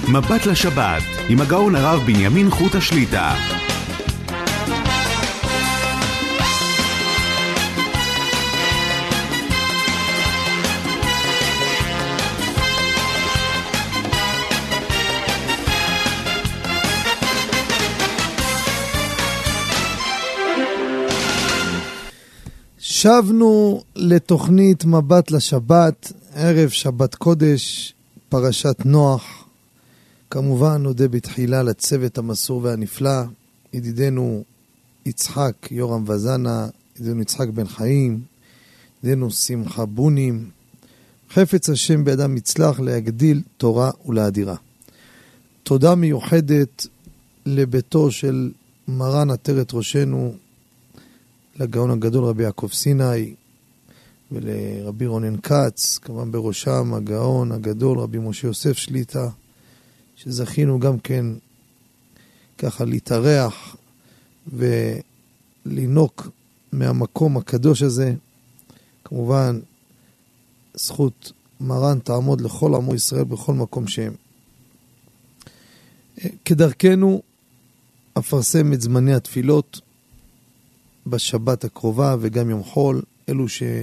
מבט לשבת עם הגאון הרב בנימין חוט השליטה. שבנו לתוכנית מבט לשבת, ערב שבת קודש, פרשת נוח. כמובן נודה בתחילה לצוות המסור והנפלא, ידידנו יצחק יורם וזנה, ידידנו יצחק בן חיים, ידידנו שמחה בונים. חפץ השם בידם מצלח להגדיל תורה ולהדירה. תודה מיוחדת לביתו של מרן עטרת ראשנו, לגאון הגדול רבי יעקב סיני ולרבי רונן כץ, כמובן בראשם הגאון הגדול רבי משה יוסף שליטה, שזכינו גם כן ככה להתארח ולינוק מהמקום הקדוש הזה. כמובן זכות מרן תעמוד לכל עמו ישראל בכל מקום שהם. כדרכנו אפרסם את זמני התפילות בשבת הקרובה וגם יום חול, אלו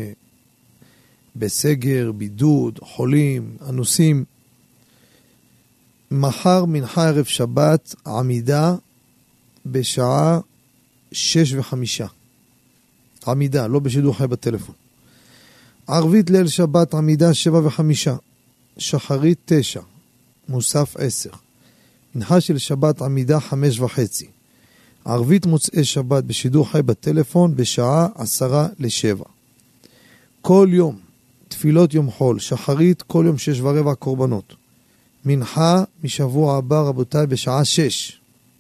שבסגר, בידוד, חולים, אנוסים. מחר מנחה ערב שבת עמידה בשעה 6:05. עמידה, לא בשידור חי בטלפון. ערבית ליל שבת עמידה 7:05. שחרית 9. מוסף 10. מנחה של שבת עמידה 5:30. ערבית מוצאי שבת בשידור חי בטלפון בשעה 6:50. כל יום תפילות יום חול, שחרית כל יום 6:15 קורבנות. מנחה משבוע הבא רבותיי בשעה 6.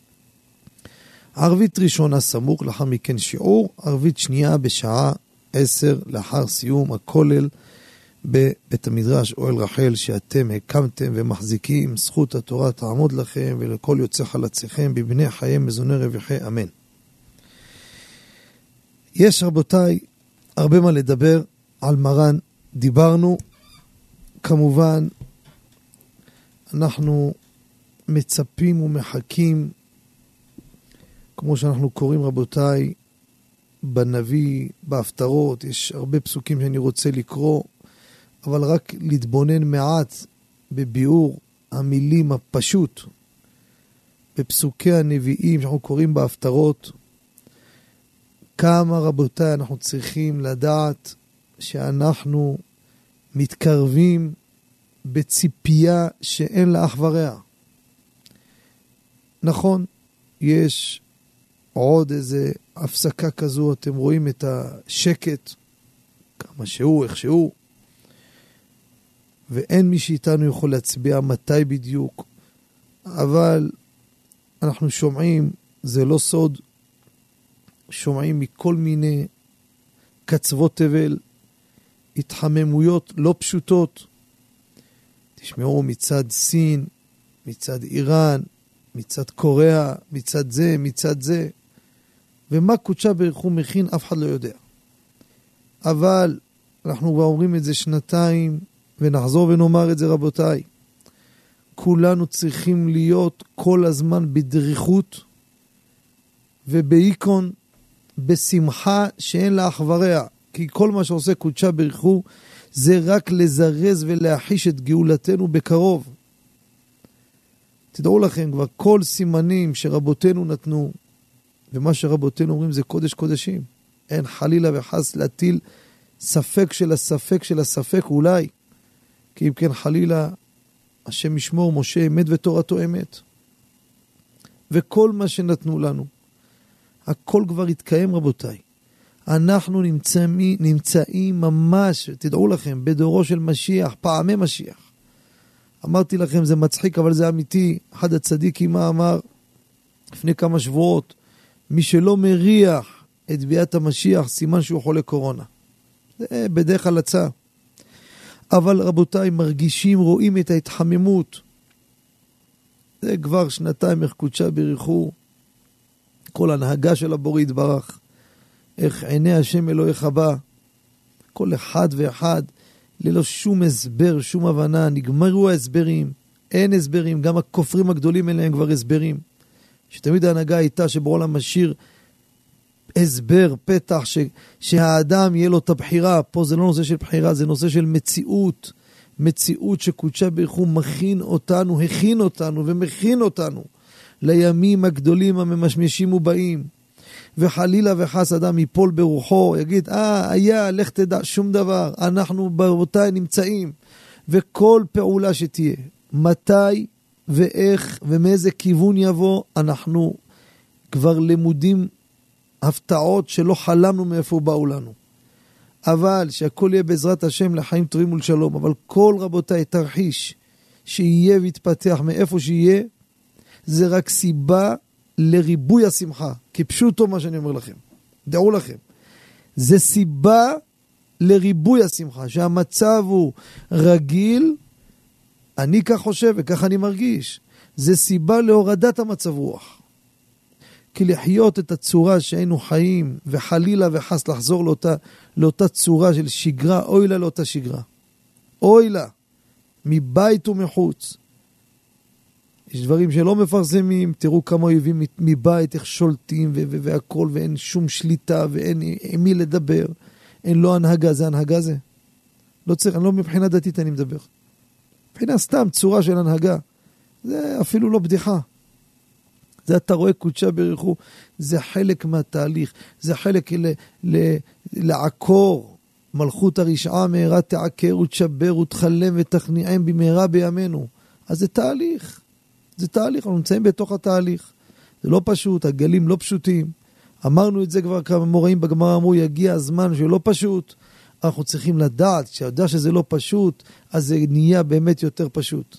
ערבית ראשונה סמוך, לאחר מכן שיעור. ערבית שנייה בשעה 10 לאחר סיום הכולל בבית המדרש אוהל רחל שאתם הקמתם ומחזיקים. זכות התורה תעמוד לכם ולכל יוצא חלציכם בבני חיים מזוני רוויחי אמן. יש רבותיי הרבה מה לדבר על מרן. דיברנו, כמובן אנחנו מצפים ומחכים, כמו שאנחנו קוראים רבותיי בנביא, בהפטרות. יש הרבה פסוקים שאני רוצה לקרוא, אבל רק להתבונן מעט בביאור המילים הפשוט בפסוקי הנביאים שאנחנו קוראים בהפטרות. כמה רבותיי אנחנו צריכים לדעת שאנחנו מתקרבים בציפייה שאין לה אח ורע. נכון, יש עוד איזה הפסקה כזו, אתם רואים את השקט, כמה שהוא, איך שהוא, ואין מי שאיתנו יכול להצביע מתי בדיוק, אבל אנחנו שומעים, זה לא סוד, שומעים מכל מיני קצוות תבל, התחממויות לא פשוטות. תשמעו מצד סין, מצד איראן, מצד קוריאה, מצד זה, מצד זה. ומה קודשה ברך הוא מכין אף אחד לא יודע. אבל אנחנו כבר אומרים את זה שנתיים, ונחזור ונאמר את זה רבותיי. כולנו צריכים להיות כל הזמן בדריכות ובאיקון, בשמחה שאין לה אח ורע. כי כל מה שעושה קודשה ברך הוא זה רק לזרז ולהחיש את גאולתנו בקרוב. תדעו לכם, כבר כל סימנים שרבותינו נתנו, ומה שרבותינו אומרים זה קודש קודשים. אין חלילה וחס להטיל ספק של הספק של הספק אולי. כי אם כן חלילה, השם ישמור משה אמת ותורתו אמת. וכל מה שנתנו לנו, הכל כבר התקיים רבותיי. אנחנו נמצאים ממש, תדעו לכם, בדורו של משיח, פעמי משיח. אמרתי לכם, זה מצחיק, אבל זה אמיתי. אחד הצדיקים מה אמר לפני כמה שבועות, מי שלא מריח את ביאת המשיח, סימן שהוא חולה קורונה. זה בדרך כלל הצעה. אבל רבותיי, מרגישים, רואים את ההתחממות. זה כבר שנתיים איך קודשה ברך הוא, כל הנהגה של הבורא יתברך, איך עיני השם אלוהיך בא, כל אחד ואחד, ללא שום הסבר, שום הבנה, נגמרו ההסברים, אין הסברים, גם הכופרים הגדולים אין להם כבר הסברים. שתמיד ההנהגה הייתה שבעולם משאיר הסבר, פתח, שהאדם יהיה לו את הבחירה. פה זה לא נושא של בחירה, זה נושא של מציאות. מציאות שקודשה ברוך הוא מכין אותנו, הכין אותנו ומכין אותנו לימים הגדולים הממשמשים ובאים. וחלילה וחס אדם ייפול ברוחו, יגיד, היה, לך תדע, שום דבר. אנחנו ברבותיי נמצאים. וכל פעולה שתהיה, מתי ואיך ומאיזה כיוון יבוא, אנחנו כבר למודים הפתעות שלא חלמנו מאיפה באו לנו. אבל שהכל יהיה בעזרת השם לחיים טובים ולשלום. אבל כל רבותיי תרחיש שיהיה ויתפתח מאיפה שיהיה, זה רק סיבה לריבוי השמחה. כפשוטו מה שאני אומר לכם. דעו לכם. זה סיבה לריבוי השמחה. שהמצב הוא רגיל, אני כך חושב וכך אני מרגיש. זה סיבה להורדת המצב רוח. כי לחיות את הצורה שהיינו חיים, וחלילה וחס לחזור לאותה צורה של שגרה, אוי לה לאותה שגרה. אוי לה, מבית ומחוץ. יש דברים שלא מפרסמים, תראו כמה אויבים מבית, איך שולטים והכל, ואין שום שליטה, ואין עם מי לדבר. אין לא הנהגה, זה הנהגה זה. לא צריך, אני לא מבחינה דתית אני מדבר. מבחינה סתם צורה של הנהגה. זה אפילו לא בדיחה. זה אתה רואה קודשה ברוך הוא, זה חלק מהתהליך, זה חלק לעקור, מלכות הרשעה מהרה תעקר ותשבר ותחלם ותכניעם במהרה בימינו. אז זה תהליך, זה תהליך, אנחנו נמצאים בתוך התהליך, זה לא פשוט, הגלים לא פשוטים, אמרנו את זה כבר כמה מוראים בגמרא, אמרו יגיע הזמן שלא פשוט, אנחנו צריכים לדעת, שיודע שזה לא פשוט, אז זה נהיה באמת יותר פשוט.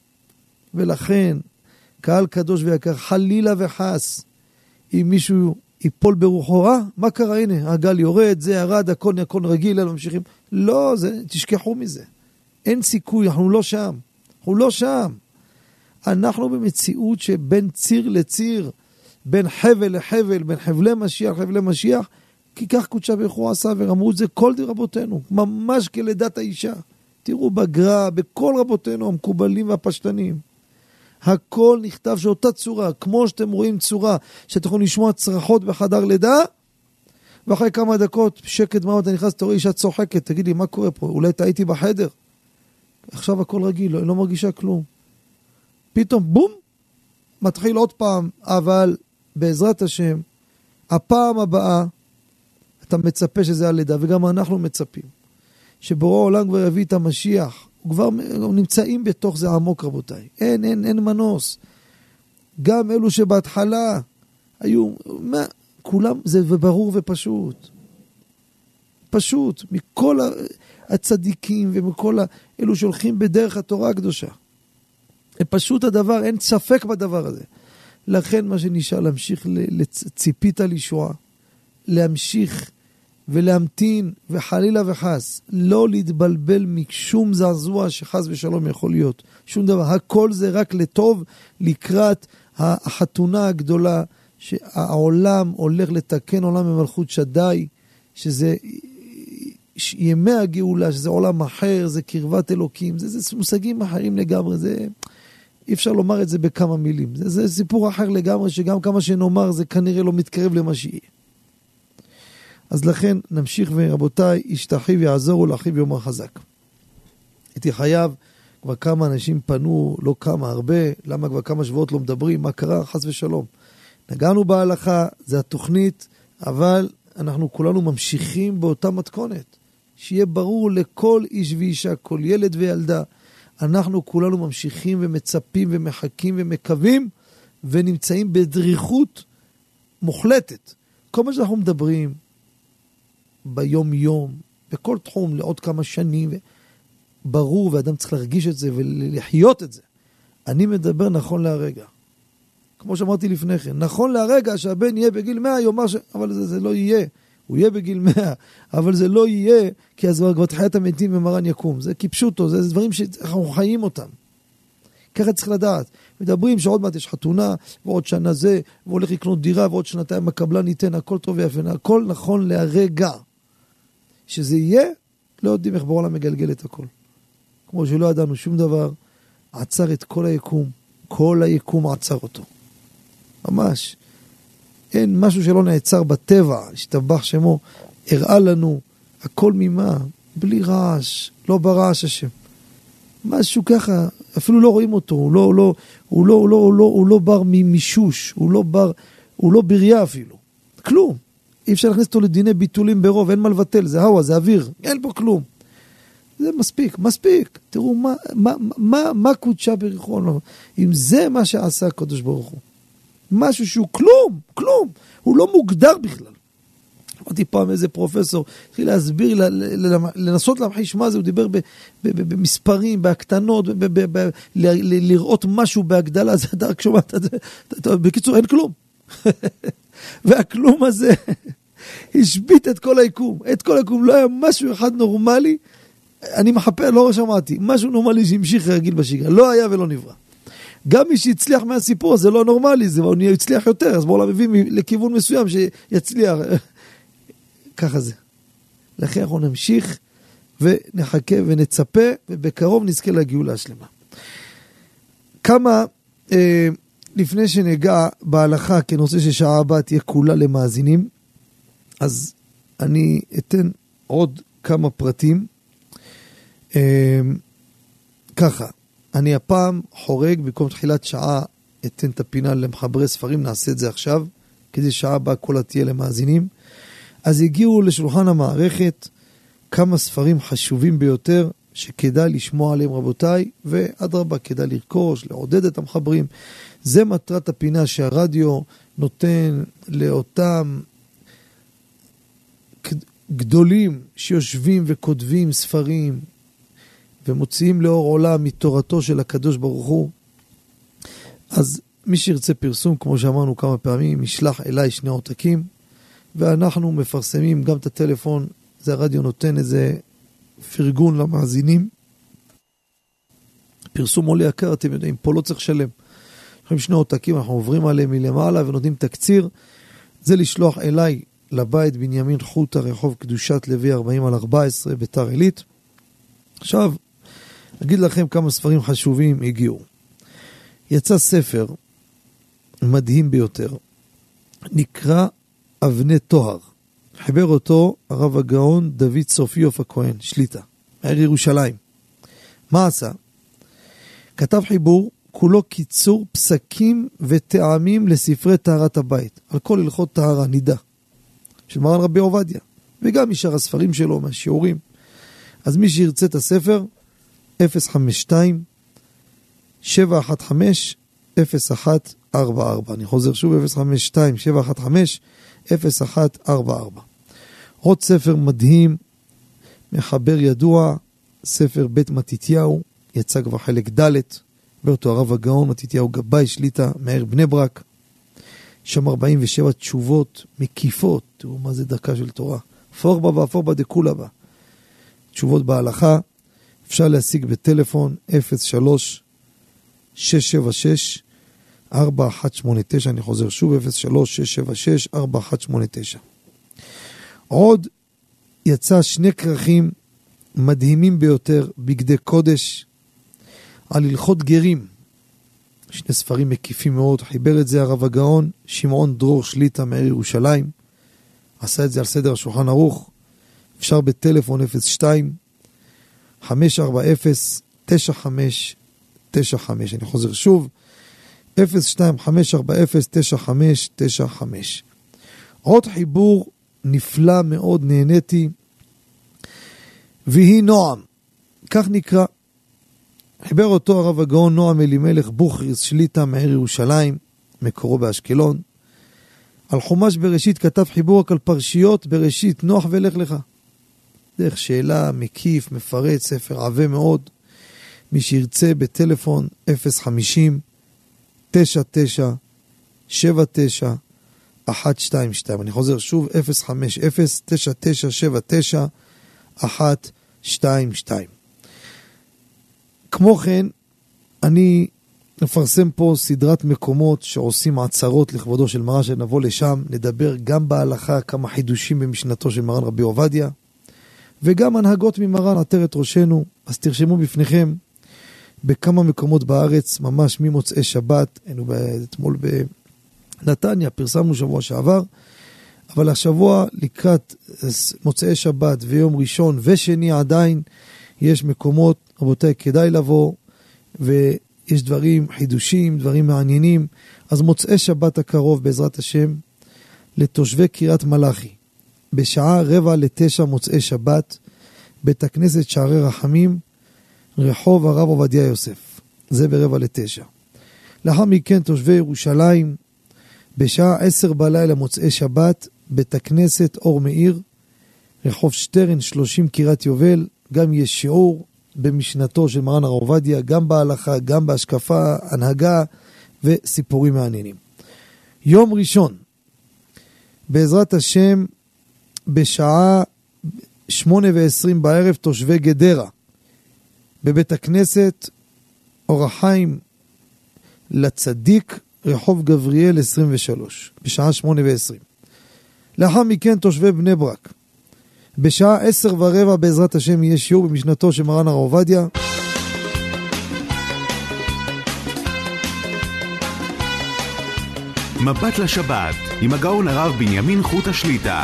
ולכן, קהל קדוש ויקר, חלילה וחס, אם מישהו ייפול ברוחו, מה קרה? הנה, הגל יורד, זה ירד, הכל רגיל, אלה ממשיכים. לא, תשכחו מזה. אין סיכוי, אנחנו לא שם. אנחנו לא שם. אנחנו במציאות שבין ציר לציר, בין חבל לחבל, בין חבלי משיח, כי כך קודשה ברוך הוא עשה, ואמרו את זה כל רבותינו, ממש כלידת האישה. תראו בגר"א, בכל רבותינו המקובלים והפשטנים. הכל נכתב שאותה צורה, כמו שאתם רואים צורה, שאתם יכולים לשמוע צרחות בחדר לידה, ואחרי כמה דקות, שקט מה אתה נכנס, אתה רואה אישה צוחקת, תגיד לי, מה קורה פה? אולי הייתי בחדר. עכשיו הכל רגיל, לא מרגישה כלום. פתאום, בום, מתחיל עוד פעם, אבל בעזרת השם, הפעם הבאה, אתה מצפה שזה הלידה, וגם אנחנו מצפים, שבורא העולם כבר יביא את המשיח, כבר נמצאים בתוך זה עמוק רבותיי. אין מנוס. גם אלו שבהתחלה היו, כולם, זה ברור ופשוט. פשוט, מכל הצדיקים ומכל אלו שהולכים בדרך התורה הקדושה. פשוט הדבר, אין ספק בדבר הזה. לכן מה שנשאר להמשיך לציפית על ישועה, להמשיך ולהמתין, וחלילה וחס, לא להתבלבל משום זעזוע שחס ושלום יכול להיות. שום דבר. הכל זה רק לטוב לקראת החתונה הגדולה, שהעולם הולך לתקן עולם במלכות שדי, שזה ימי הגאולה, שזה עולם אחר, זה קרבת אלוקים, זה מושגים אחרים לגמרי, זה אי אפשר לומר את זה בכמה מילים. זה סיפור אחר לגמרי, שגם כמה שנאמר, זה כנראה לא מתקרב למה שיהיה. אז לכן נמשיך ורבותיי, ישתחי ויעזורו לאחיו יאמר חזק. הייתי חייב, כבר כמה אנשים פנו, לא כמה, הרבה, למה כבר כמה שבועות לא מדברים, מה קרה, חס ושלום. נגענו בהלכה, זה התוכנית, אבל אנחנו כולנו ממשיכים באותה מתכונת. שיהיה ברור לכל איש ואישה, כל ילד וילדה, אנחנו כולנו ממשיכים ומצפים ומחכים ומקווים, ונמצאים בדריכות מוחלטת. כל מה שאנחנו מדברים, ביום יום, בכל תחום, לעוד כמה שנים, ברור, ואדם צריך להרגיש את זה ולחיות את זה. אני מדבר נכון להרגע. כמו שאמרתי לפני כן, נכון להרגע שהבן יהיה בגיל 100, יאמר אבל זה לא יהיה. הוא יהיה בגיל 100, אבל זה לא יהיה, כי אז כבר תחיית המתים ומרן יקום. זה כיפשוטו, זה דברים שאנחנו חיים אותם. ככה צריך לדעת. מדברים שעוד מעט יש חתונה, ועוד שנה זה, והולך לקנות דירה, ועוד שנתיים הקבלן ניתן, הכל טוב ויפה, הכל נכון להרגע. שזה יהיה, לא יודעים איך בעולם מגלגל את הכל. כמו שלא ידענו שום דבר, עצר את כל היקום. כל היקום עצר אותו. ממש. אין משהו שלא נעצר בטבע, השתבח שמו, הראה לנו, הכל ממה, בלי רעש, לא ברעש השם. משהו ככה, אפילו לא רואים אותו, הוא לא בר ממישוש, הוא לא בריה אפילו. כלום. אי אפשר להכניס אותו לדיני ביטולים ברוב, אין מה לבטל, זה הווה, זה אוויר, אין פה כלום. זה מספיק. תראו מה קודשה בריחו, אם זה מה שעשה הקדוש ברוך הוא. משהו שהוא כלום, הוא לא מוגדר בכלל. אמרתי פעם איזה פרופסור, התחיל להסביר, לנסות להמחיש מה זה, הוא דיבר במספרים, בהקטנות, לראות משהו בהגדלה, זה דרך שומעת, בקיצור אין כלום. והכלום הזה השביט את כל היקום, לא היה משהו אחד נורמלי, אני מחפש, לא שמעתי, משהו נורמלי שהמשיך רגיל בשגרה, לא היה ולא נברא. גם מי שהצליח מהסיפור, זה לא נורמלי, הוא יצליח יותר, אז בעולם מביא לכיוון מסוים שיצליח. ככה זה. לכן אנחנו נמשיך ונחכה ונצפה, ובקרוב נזכה לגאולה השלמה. כמה, לפני שנגע בהלכה, כנושא ששעה הבאה תהיה כולה למאזינים, אז אני אתן עוד כמה פרטים. ככה, אני הפעם חורג, במקום תחילת שעה אתן את הפינה למחברי ספרים, נעשה את זה עכשיו, כדי שעה הבאה כולה תהיה למאזינים. אז הגיעו לשולחן המערכת כמה ספרים חשובים ביותר, שכדאי לשמוע עליהם רבותיי, ואדרבה כדאי לרכוש, לעודד את המחברים. זה מטרת הפינה שהרדיו נותן לאותם גדולים שיושבים וכותבים ספרים, ומוציאים לאור עולם מתורתו של הקדוש ברוך הוא. אז מי שירצה פרסום, כמו שאמרנו כמה פעמים, ישלח אליי 2 עותקים, ואנחנו מפרסמים גם את הטלפון, זה הרדיו נותן איזה פרגון למאזינים. פרסום עולה יקר, אתם יודעים, פה לא צריך שלם. יש 2 עותקים, אנחנו עוברים עליהם מלמעלה ונותנים תקציר. זה לשלוח אליי לבית בנימין חוטה, רחוב קדושת לוי 40/14 ביתר עילית. עכשיו, אגיד לכם כמה ספרים חשובים הגיעו. יצא ספר מדהים ביותר, נקרא אבני טוהר. חיבר אותו הרב הגאון דוד סופיוף הכהן, שליטה, מעיר ירושלים. מה עשה? כתב חיבור, כולו קיצור פסקים וטעמים לספרי טהרת הבית, על כל הלכות טהרה, נידה, של מרן רבי עובדיה, וגם משאר הספרים שלו, מהשיעורים. אז מי שירצה את הספר, 052-715-0144. אני חוזר שוב, 052-715-0144. עוד ספר מדהים, מחבר ידוע, ספר בית מתתיהו, יצא כבר חלק ד' באותו הרב הגאון מתתיהו גבאי שליטה, מעיר בני ברק. שם 47 תשובות מקיפות, תראו מה זה דקה של תורה. פורבה ואפורבה דקולה בה. תשובות בהלכה, אפשר להשיג בטלפון 03-676-4189, אני חוזר שוב, 03-676-4189. עוד יצא 2 כרכים מדהימים ביותר, בגדי קודש, על הלכות גרים. 2 ספרים מקיפים מאוד, חיבר את זה הרב הגאון, שמעון דרור שליטה מעיר ירושלים, עשה את זה על סדר השולחן ערוך, אפשר בטלפון 02-540-9595, אני חוזר שוב, 02-540-9595. עוד חיבור נפלא מאוד, נהניתי, והיא נועם, כך נקרא. חיבר אותו הרב הגאון נועם אלימלך בוכריס שליטה מעיר ירושלים, מקורו באשקלון. על חומש בראשית כתב חיבור רק על פרשיות בראשית, נוח ולך לך. דרך שאלה, מקיף, מפרט, ספר עבה מאוד. מי שירצה בטלפון 050-99-79-122. אני חוזר שוב, 050-99-79-122. כמו כן, אני נפרסם פה סדרת מקומות שעושים עצרות לכבודו של מרן, שנבוא לשם, נדבר גם בהלכה, כמה חידושים במשנתו של מרן רבי עובדיה, וגם הנהגות ממרן עטרת ראשנו. אז תרשמו בפניכם, בכמה מקומות בארץ, ממש ממוצאי שבת, היינו אתמול בנתניה, פרסמנו שבוע שעבר, אבל השבוע לקראת מוצאי שבת ויום ראשון ושני עדיין, יש מקומות, רבותיי, כדאי לבוא, ויש דברים, חידושים, דברים מעניינים. אז מוצאי שבת הקרוב בעזרת השם, לתושבי קריית מלאכי, בשעה 8:45 מוצאי שבת, בית הכנסת שערי רחמים, רחוב הרב עובדיה יוסף, זה 8:45. לאחר מכן תושבי ירושלים, בשעה 10 בלילה מוצאי שבת, בית הכנסת אור מאיר, רחוב שטרן 30 קריית יובל, גם יש שיעור במשנתו של מרן הרב עובדיה, גם בהלכה, גם בהשקפה, הנהגה וסיפורים מעניינים. יום ראשון, בעזרת השם, בשעה 8:20 בערב, תושבי גדרה, בבית הכנסת אור החיים לצדיק, רחוב גבריאל 23, בשעה 8:20. לאחר מכן תושבי בני ברק, בשעה 10:15 בעזרת השם יהיה שיעור במשנתו של מרן הרב עובדיה. מבט לשבת עם הגאון הרב בנימין חוט השליטה.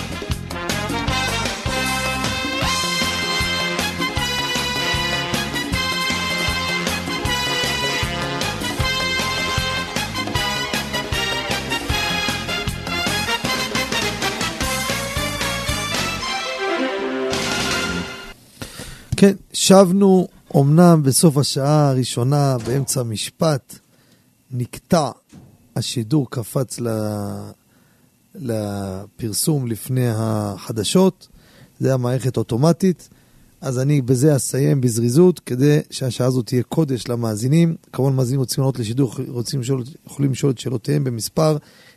כן, שבנו אמנם בסוף השעה הראשונה, באמצע המשפט, נקטע השידור, קפץ לפרסום לפני החדשות, זה המערכת אוטומטית, אז אני בזה אסיים בזריזות, כדי שהשעה הזאת תהיה קודש למאזינים. כמובן מאזינים רוצים לענות לשידור, יכולים לשאול את שאלותיהם במספר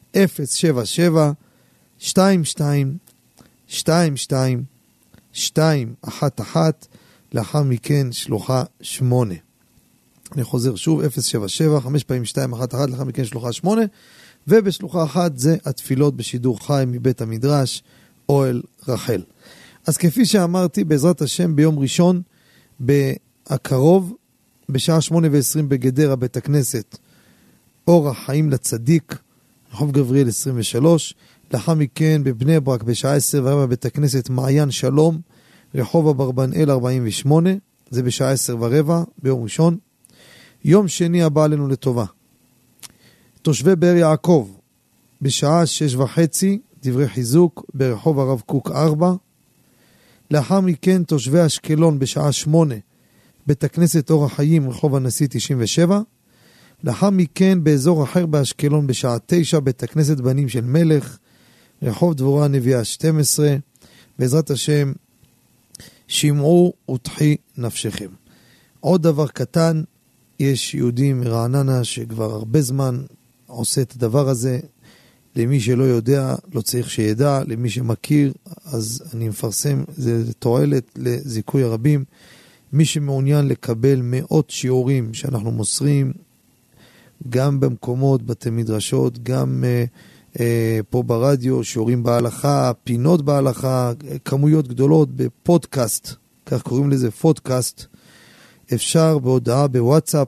077-22-22-211, לאחר מכן שלוחה 8. אני חוזר שוב, 077, 5 פעמים 211, לאחר מכן שלוחה 8, ובשלוחה 1 זה התפילות בשידור חי מבית המדרש, אוהל רחל. אז כפי שאמרתי, בעזרת השם ביום ראשון, הקרוב, בשעה 8:20 בגדרה, בית הכנסת, אור החיים לצדיק, רחוב גבריאל 23, לאחר מכן בבני ברק, בשעה 10:15 בית הכנסת מעיין שלום, רחוב אברבנאל 48, זה בשעה 10:15 ביום ראשון. יום שני הבא עלינו לטובה, תושבי באר יעקב, בשעה 6:30 דברי חיזוק ברחוב הרב קוק 4. לאחר מכן תושבי אשקלון בשעה 8 בית הכנסת אור החיים, רחוב הנשיא 97. לאחר מכן באזור אחר באשקלון בשעה 9 בית הכנסת בנים של מלך, רחוב דבורה הנביאה 12. בעזרת השם, שמעו ותחי נפשכם. עוד דבר קטן, יש יהודים מרעננה שכבר הרבה זמן עושה את הדבר הזה. למי שלא יודע, לא צריך שידע. למי שמכיר, אז אני מפרסם, זה תועלת לזיכוי הרבים. מי שמעוניין לקבל מאות שיעורים שאנחנו מוסרים, גם במקומות, בתי מדרשות, גם פה ברדיו, שיעורים בהלכה, פינות בהלכה, כמויות גדולות בפודקאסט, כך קוראים לזה פודקאסט, אפשר בהודעה בוואטסאפ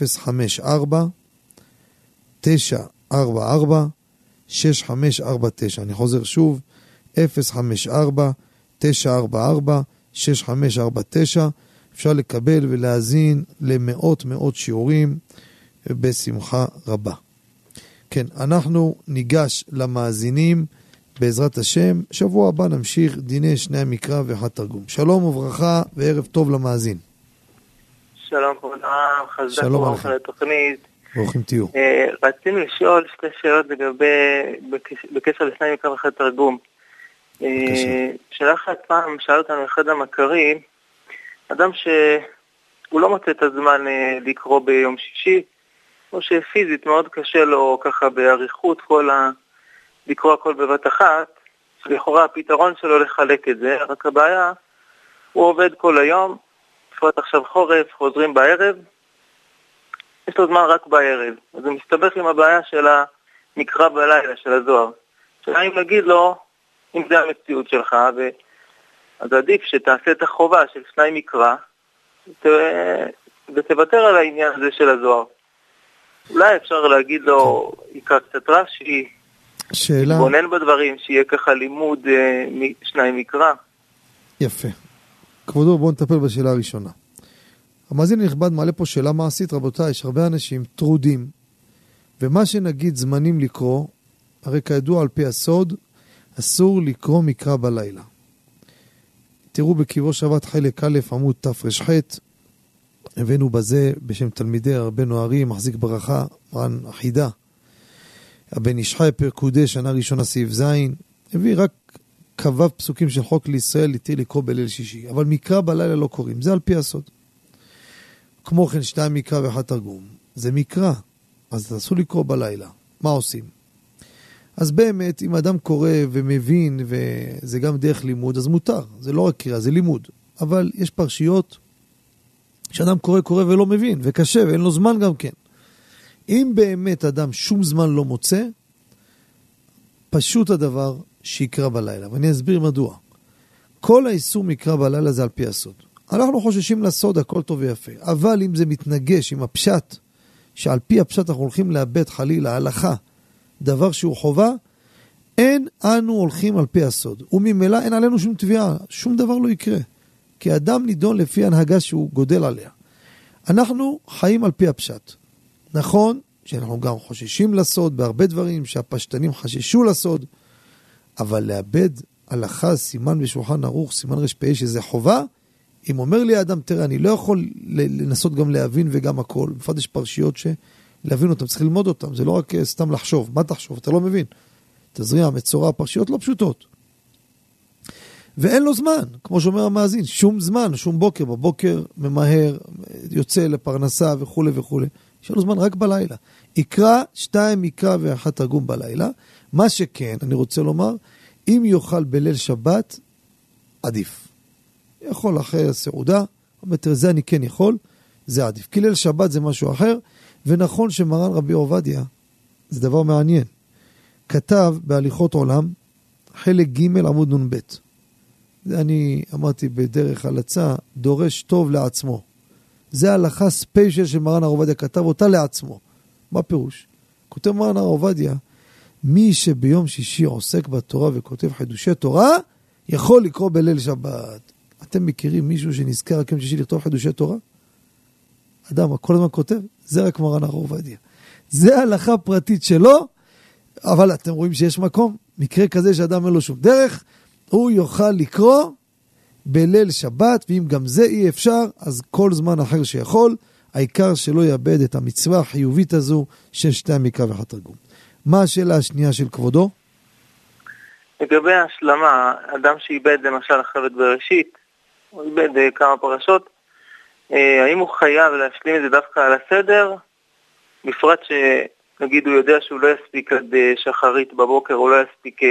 054-944-6549. אני חוזר שוב, 054-944-6549. אפשר לקבל ולהזין למאות שיעורים בשמחה רבה. כן, אנחנו ניגש למאזינים בעזרת השם. שבוע הבא נמשיך דיני שני המקרא ואחד תרגום. שלום וברכה וערב טוב למאזין. שלום כבוד הרב, חזק וברכה לתוכנית. ברוכים תהיו. רצינו לשאול שתי שאלות בקשר לשני מקרא ואחד תרגום. שאלה אחת, פעם שאל אותנו אחד המכרים, אדם שהוא לא מוצא את הזמן לקרוא ביום שישי, או שפיזית מאוד קשה לו ככה בעריכות לקרוא הכל בבת אחת, לכאורה הפתרון שלו לחלק את זה, רק הבעיה, הוא עובד כל היום, בפרט עכשיו חורף, חוזרים בערב, יש לו זמן רק בערב, אז הוא מסתבך עם הבעיה של המקרא בלילה, של הזוהר. שאלה אם נגיד לו, אם זה המציאות שלך, אז עדיף שתעשה את החובה של שני מקרא, ותוותר על העניין הזה של הזוהר. אולי אפשר להגיד לו, יקרא קצת רש"י, שאלה... בונן בדברים, שיהיה ככה לימוד שניים מקרא. יפה. כבודו, בואו נטפל בשאלה הראשונה. המאזין הנכבד מעלה פה שאלה מעשית, רבותיי, יש הרבה אנשים טרודים, ומה שנגיד זמנים לקרוא, הרי כידוע על פי הסוד, אסור לקרוא מקרא בלילה. תראו בקיבו שבת חלק א' עמוד תר"ח, הבאנו בזה בשם תלמידי רבנו ארי, מחזיק ברכה, מרן אחידה. הבן ישחי פרקודי, שנה ראשונה סעיף זין, הביא רק קבב פסוקים של חוק לישראל, להתיר לקרוא בליל שישי. אבל מקרא בלילה לא קוראים, זה על פי הסוד. כמו כן, 2 מקרא ו1 תרגום. זה מקרא, אז אסור לקרוא בלילה. מה עושים? אז באמת, אם אדם קורא ומבין, וזה גם דרך לימוד, אז מותר. זה לא רק קריאה, זה לימוד. אבל יש פרשיות שאדם קורא ולא מבין, וקשה, ואין לו זמן גם כן. אם באמת אדם שום זמן לא מוצא, פשוט הדבר שיקרא בלילה. ואני אסביר מדוע. כל האיסור מקרא בלילה זה על פי הסוד. אנחנו חוששים לסוד, הכל טוב ויפה. אבל אם זה מתנגש עם הפשט, שעל פי הפשט אנחנו הולכים לאבד חלילה, הלכה, דבר שהוא חובה, אין אנו הולכים על פי הסוד. וממילא אין עלינו שום תביעה, שום דבר לא יקרה. כי אדם נידון לפי הנהגה שהוא גודל עליה. אנחנו חיים על פי הפשט. נכון שאנחנו גם חוששים לסוד בהרבה דברים שהפשטנים חששו לסוד, אבל לאבד הלכה, סימן בשולחן ערוך, סימן רשפ"ה, שזה חובה, אם אומר לי האדם, תראה, אני לא יכול לנסות גם להבין וגם הכל. בפרט יש פרשיות שלהבין אותם, צריך ללמוד אותם, זה לא רק סתם לחשוב. מה תחשוב? אתה לא מבין. תזריע, מצורע, פרשיות לא פשוטות. ואין לו זמן, כמו שאומר המאזין, שום זמן, שום בוקר, בבוקר ממהר, יוצא לפרנסה וכו' וכו'. יש לו זמן רק בלילה. יקרא 2 מקרא ו1 תרגום בלילה. מה שכן, אני רוצה לומר, אם יאכל בליל שבת, עדיף. יכול אחרי הסעודה, אבל זה אני כן יכול, זה עדיף. כי ליל שבת זה משהו אחר, ונכון שמרן רבי עובדיה, זה דבר מעניין, כתב בהליכות עולם, חלק ג' עמוד נ"ב. זה אני אמרתי בדרך הלצה, דורש טוב לעצמו. זה הלכה ספיישל של מרן הרב עובדיה, כתב אותה לעצמו. מה פירוש? כותב מרן הרב עובדיה, מי שביום שישי עוסק בתורה וכותב חידושי תורה, יכול לקרוא בליל שבת. אתם מכירים מישהו שנזכר רק יום שישי לכתוב חידושי תורה? אדם, כל הזמן כותב, זה רק מרן הרב עובדיה. זה הלכה פרטית שלו, אבל אתם רואים שיש מקום, מקרה כזה שאדם אין לו שום דרך, הוא יוכל לקרוא בליל שבת, ואם גם זה אי אפשר, אז כל זמן אחר שיכול, העיקר שלא יאבד את המצווה החיובית הזו של 2 מקרא ו1 תרגום. מה השאלה השנייה של כבודו? לגבי ההשלמה, אדם שאיבד למשל אחרת בראשית, הוא איבד כמה פרשות, האם הוא חייב להשלים את זה דווקא על הסדר, בפרט שנגיד הוא יודע שהוא לא יספיק עד שחרית בבוקר, הוא לא יספיק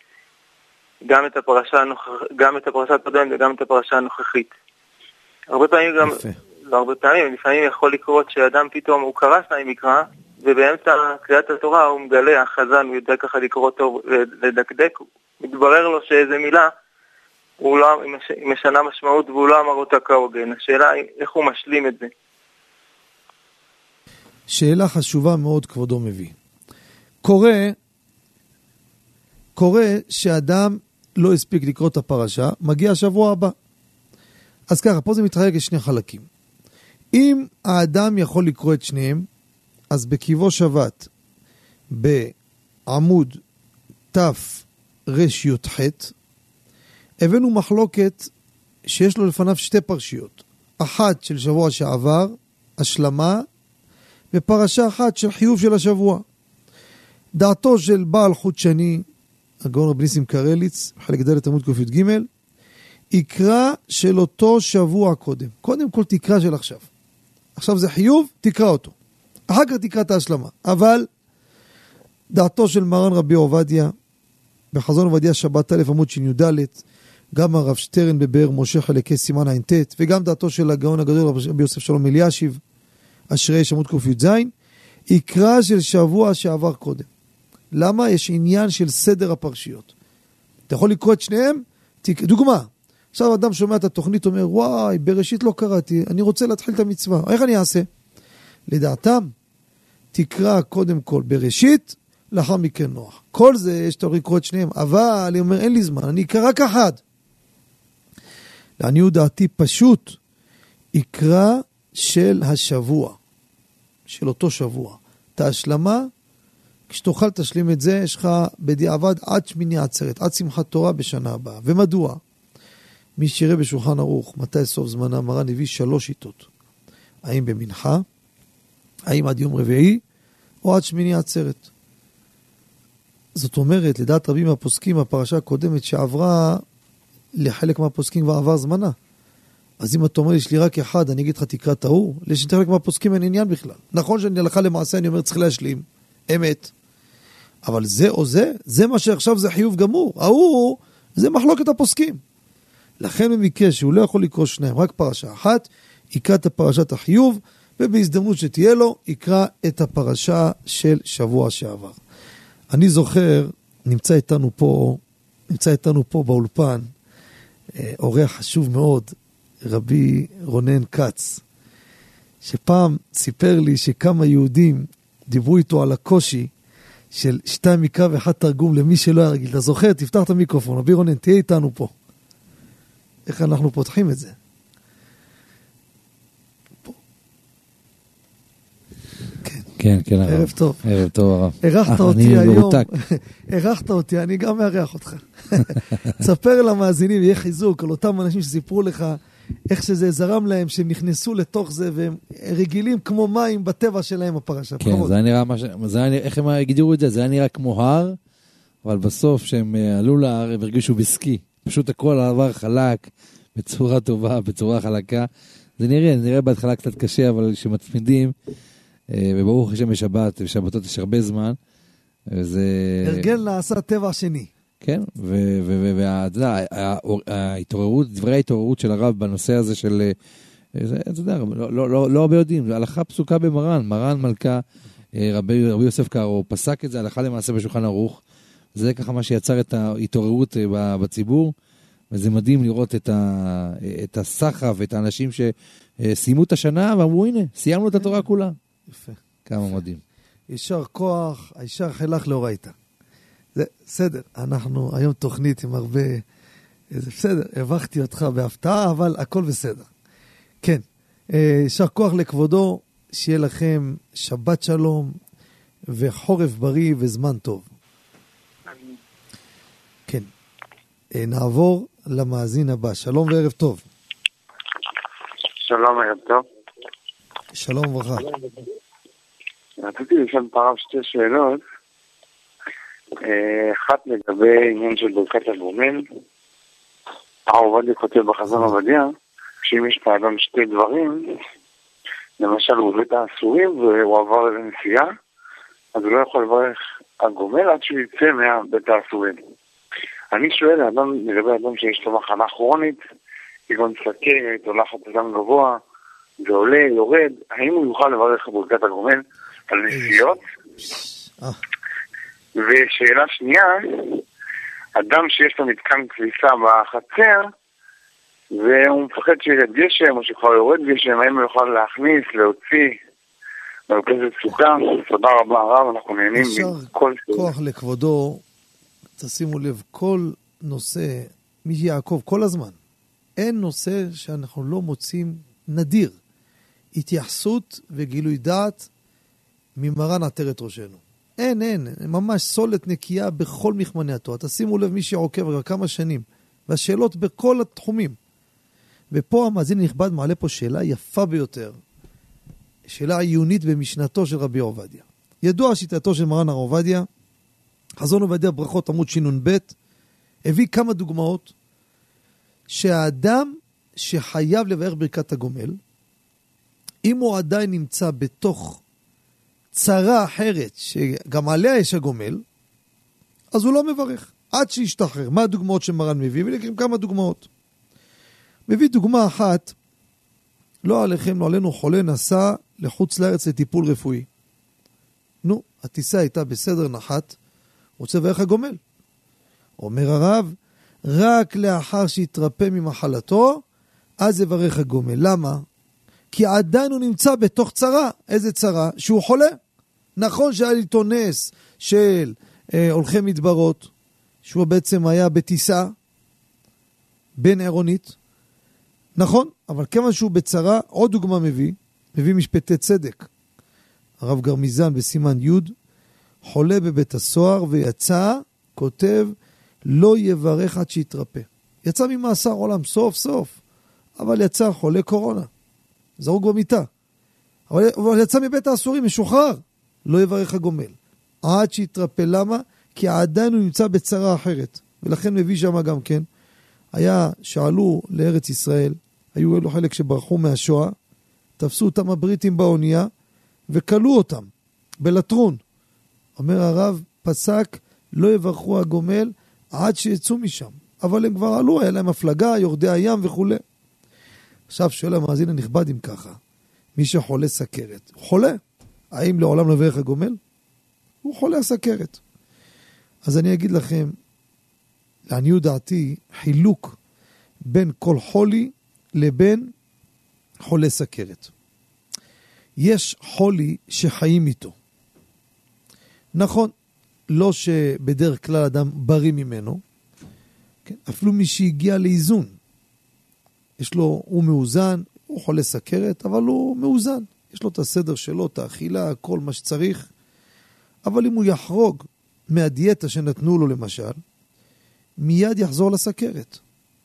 גם את הפרשה הקודמת וגם את הפרשה הנוכחית. הרבה פעמים גם, לא הרבה פעמים, לפעמים יכול לקרות שאדם פתאום הוא קרא 2 מקרא, ובאמצע קריאת התורה הוא מגלה, החזן, הוא יודע ככה לקרוא טוב ולדקדק, מתברר לו שאיזה מילה, הוא לא, היא משנה משמעות והוא לא אמר אותה כהוגן. השאלה היא איך הוא משלים את זה. שאלה חשובה מאוד כבודו מביא. קורה שאדם לא הספיק לקרוא את הפרשה, מגיע השבוע הבא. אז ככה, פה זה מתחלק לשני חלקים. אם האדם יכול לקרוא את שניהם, אז בקיבו שבת, בעמוד תר"ח, הבאנו מחלוקת שיש לו לפניו 2 פרשיות. אחת של שבוע שעבר, השלמה, ופרשה אחת של חיוב של השבוע. דעתו של בעל חוט שני, הגאון רבי ניסים קרליץ, חלק ד' עמוד ק"ג, יקרא של אותו שבוע קודם. קודם כל תקרא של עכשיו. עכשיו זה חיוב, תקרא אותו. אחר כך תקרא את ההשלמה. אבל דעתו של מרן רבי עובדיה, בחזון עובדיה שבת א' עמוד שי"ד, גם הרב שטרן בבאר משה חלקי סימן ע"ט, וגם דעתו של הגאון הגדול רבי יוסף שלום אלישיב, אשרי עמוד ק"ז, יקרא של שבוע שעבר קודם. למה? יש עניין של סדר הפרשיות. אתה יכול לקרוא את שניהם? דוגמה, עכשיו אדם שומע את התוכנית, אומר, וואי, בראשית לא קראתי, אני רוצה להתחיל את המצווה. איך אני אעשה? לדעתם, תקרא קודם כל בראשית, לאחר מכן נוח. כל זה יש תורי לקרוא את שניהם, אבל אני אומר, אין לי זמן, אני אקרא רק אחד. לעניות דעתי פשוט, יקרא של השבוע, של אותו שבוע. את ההשלמה, כשתוכל תשלים את זה, יש לך בדיעבד עד שמיני עצרת, עד שמחת תורה בשנה הבאה. ומדוע? מי שיראה בשולחן ערוך, מתי סוף זמנה, מרן הביא 3 שיטות. האם במנחה, האם עד יום רביעי, או עד שמיני עצרת. זאת אומרת, לדעת רבים מהפוסקים, הפרשה הקודמת שעברה, לחלק מהפוסקים כבר עבר זמנה. אז אם אתה אומר, יש לי רק אחד, אני אגיד לך תקרא את ההוא, לחלק מהפוסקים אין עניין בכלל. נכון שאני הלכה למעשה, אני אומר, צריך להשלים. אמת. אבל זה או זה, זה מה שעכשיו זה חיוב גמור. ההוא, זה מחלוקת הפוסקים. לכן במקרה שהוא לא יכול לקרוא שניים, רק פרשה אחת, יקרא את הפרשת החיוב, ובהזדמנות שתהיה לו, יקרא את הפרשה של שבוע שעבר. אני זוכר, נמצא איתנו פה באולפן, אורח חשוב מאוד, רבי רונן קץ, שפעם סיפר לי שכמה יהודים דיברו איתו על הקושי של 2 מקרא ו1 תרגום למי שלא היה רגיל. אתה זוכר? תפתח את המיקרופון. רבי רונן, תהיה איתנו פה. איך אנחנו פותחים את זה? פה. כן, כן, הרב. ערב טוב. ערב טוב, הרב. ערכת אותי היום. ערכת אותי, אני גם מארח אותך. תספר למאזינים, יהיה חיזוק על אותם אנשים שסיפרו לך איך שזה זרם להם, שהם נכנסו לתוך זה, והם רגילים כמו מים בטבע שלהם הפרשה. כן, זה היה נראה, איך הם הגדירו את זה? זה היה נראה כמו הר, אבל בסוף שהם עלו להר, הם הרגישו בסקי. פשוט הכל עבר חלק, בצורה טובה, בצורה חלקה. זה נראה בהתחלה קצת קשה, אבל כשמצמידים, וברוך השם בשבת, בשבתות יש הרבה זמן. הרגל נעשה טבע שני. כן, וההתעוררות, דברי ההתעוררות של הרב בנושא הזה של, אתה יודע, לא הרבה יודעים, הלכה פסוקה במרן, מרן מלכה, רבי יוסף קארו, פסק את זה הלכה למעשה בשולחן ערוך, זה ככה מה שיצר את ההתעוררות בציבור, וזה מדהים לראות את הסחף, את האנשים שסיימו את השנה, ואמרו, הנה, סיימנו את התורה כולה. יפה. כמה מדהים. יישר כוח, יישר חילך לאורייתא. זה בסדר, אנחנו היום תוכנית עם הרבה, זה בסדר, הבחתי אותך בהפתעה, אבל הכל בסדר. כן, יישר כוח לכבודו, שיהיה לכם שבת שלום, וחורף בריא וזמן טוב. כן, נעבור למאזין הבא. שלום וערב טוב. שלום, ערב טוב. שלום וברכה. רציתי לשאול פעם 2 שאלות. אחת לגבי עניין של ברכת הגומל. הרב עובדיה כותב בחזון עובדיה, שאם יש לאדם 2 דברים, למשל הוא בית האסורים והוא עבר איזה נסיעה, אז הוא לא יכול לברך הגומל עד שהוא יצא מהבית האסורים. אני שואל לגבי אדם שיש לו מחלה כרונית, כגון סוכרת או לחץ דם גבוה, זה עולה, יורד, האם הוא יוכל לברך ברכת הגומל על נסיעות? ושאלה שנייה, אדם שיש לו מתקן כביסה בחצר, והוא מפחד שירד גשם, או שכבר יורד גשם, האם הוא יוכל להכניס, להוציא, מרכזת סוכה? תודה רבה הרב, אנחנו נהנים מכל שאלה. כוח לכבודו, תשימו לב, כל נושא, מי יעקב, כל הזמן, אין נושא שאנחנו לא מוצאים נדיר, התייחסות וגילוי דעת ממרן עטרת ראשנו. אין, ממש סולת נקייה בכל מכמני התורה. תשימו לב מי שעוקב כבר כמה שנים, והשאלות בכל התחומים. ופה המאזין הנכבד מעלה פה שאלה יפה ביותר, שאלה עיונית במשנתו של רבי עובדיה. ידוע שיטתו של מרן הרב עובדיה, חזון עובדיה ברכות עמוד ש"ב, הביא כמה דוגמאות, שהאדם שחייב לברך ברכת הגומל, אם הוא עדיין נמצא בתוך צרה אחרת, שגם עליה יש הגומל, אז הוא לא מברך, עד שישתחרר. מה הדוגמאות שמרן מביא? ולכם כמה דוגמאות. מביא דוגמה אחת, לא עליכם, לא עלינו, חולה נסע לחוץ לארץ לטיפול רפואי. נו, הטיסה הייתה בסדר נחת, רוצה לברך הגומל. אומר הרב, רק לאחר שיתרפא ממחלתו, אז יברך הגומל. למה? כי עדיין הוא נמצא בתוך צרה. איזה צרה? שהוא חולה. נכון שהיה לי נס של הולכי מדברות, שהוא בעצם היה בטיסה בין עירונית, נכון, אבל כיוון שהוא בצרה, עוד דוגמה מביא משפטי צדק. הרב גרמיזן בסימן י' חולה בבית הסוהר ויצא, כותב, לא יברך עד שיתרפא. יצא ממאסר עולם, סוף סוף, אבל יצא חולה קורונה, זרוק במיטה. אבל יצא מבית האסורים, משוחרר, לא יברך הגומל. עד שיתרפא, למה? כי עדיין הוא נמצא בצרה אחרת. ולכן מביא שם גם כן, שעלו לארץ ישראל, היו אלו חלק שברחו מהשואה, תפסו אותם הבריטים באונייה, וקלו אותם בלטרון. אומר הרב, פסק, לא יברכו הגומל עד שיצאו משם. אבל הם כבר עלו, היה להם הפלגה, יורדי הים וכו'. עכשיו שואל המאזין הנכבד אם ככה, מי שחולה סכרת, הוא חולה. האם לעולם לא יברך הגומל? הוא חולה סכרת. אז אני אגיד לכם, לעניות דעתי, חילוק בין כל חולי לבין חולה סכרת. יש חולי שחיים איתו. נכון, לא שבדרך כלל אדם בריא ממנו, כן? אפילו מי שהגיע לאיזון. הוא מאוזן, הוא חולה סכרת, אבל הוא מאוזן. יש לו את הסדר שלו, את האכילה, כל מה שצריך. אבל אם הוא יחרוג מהדיאטה שנתנו לו למשל, מיד יחזור לסכרת.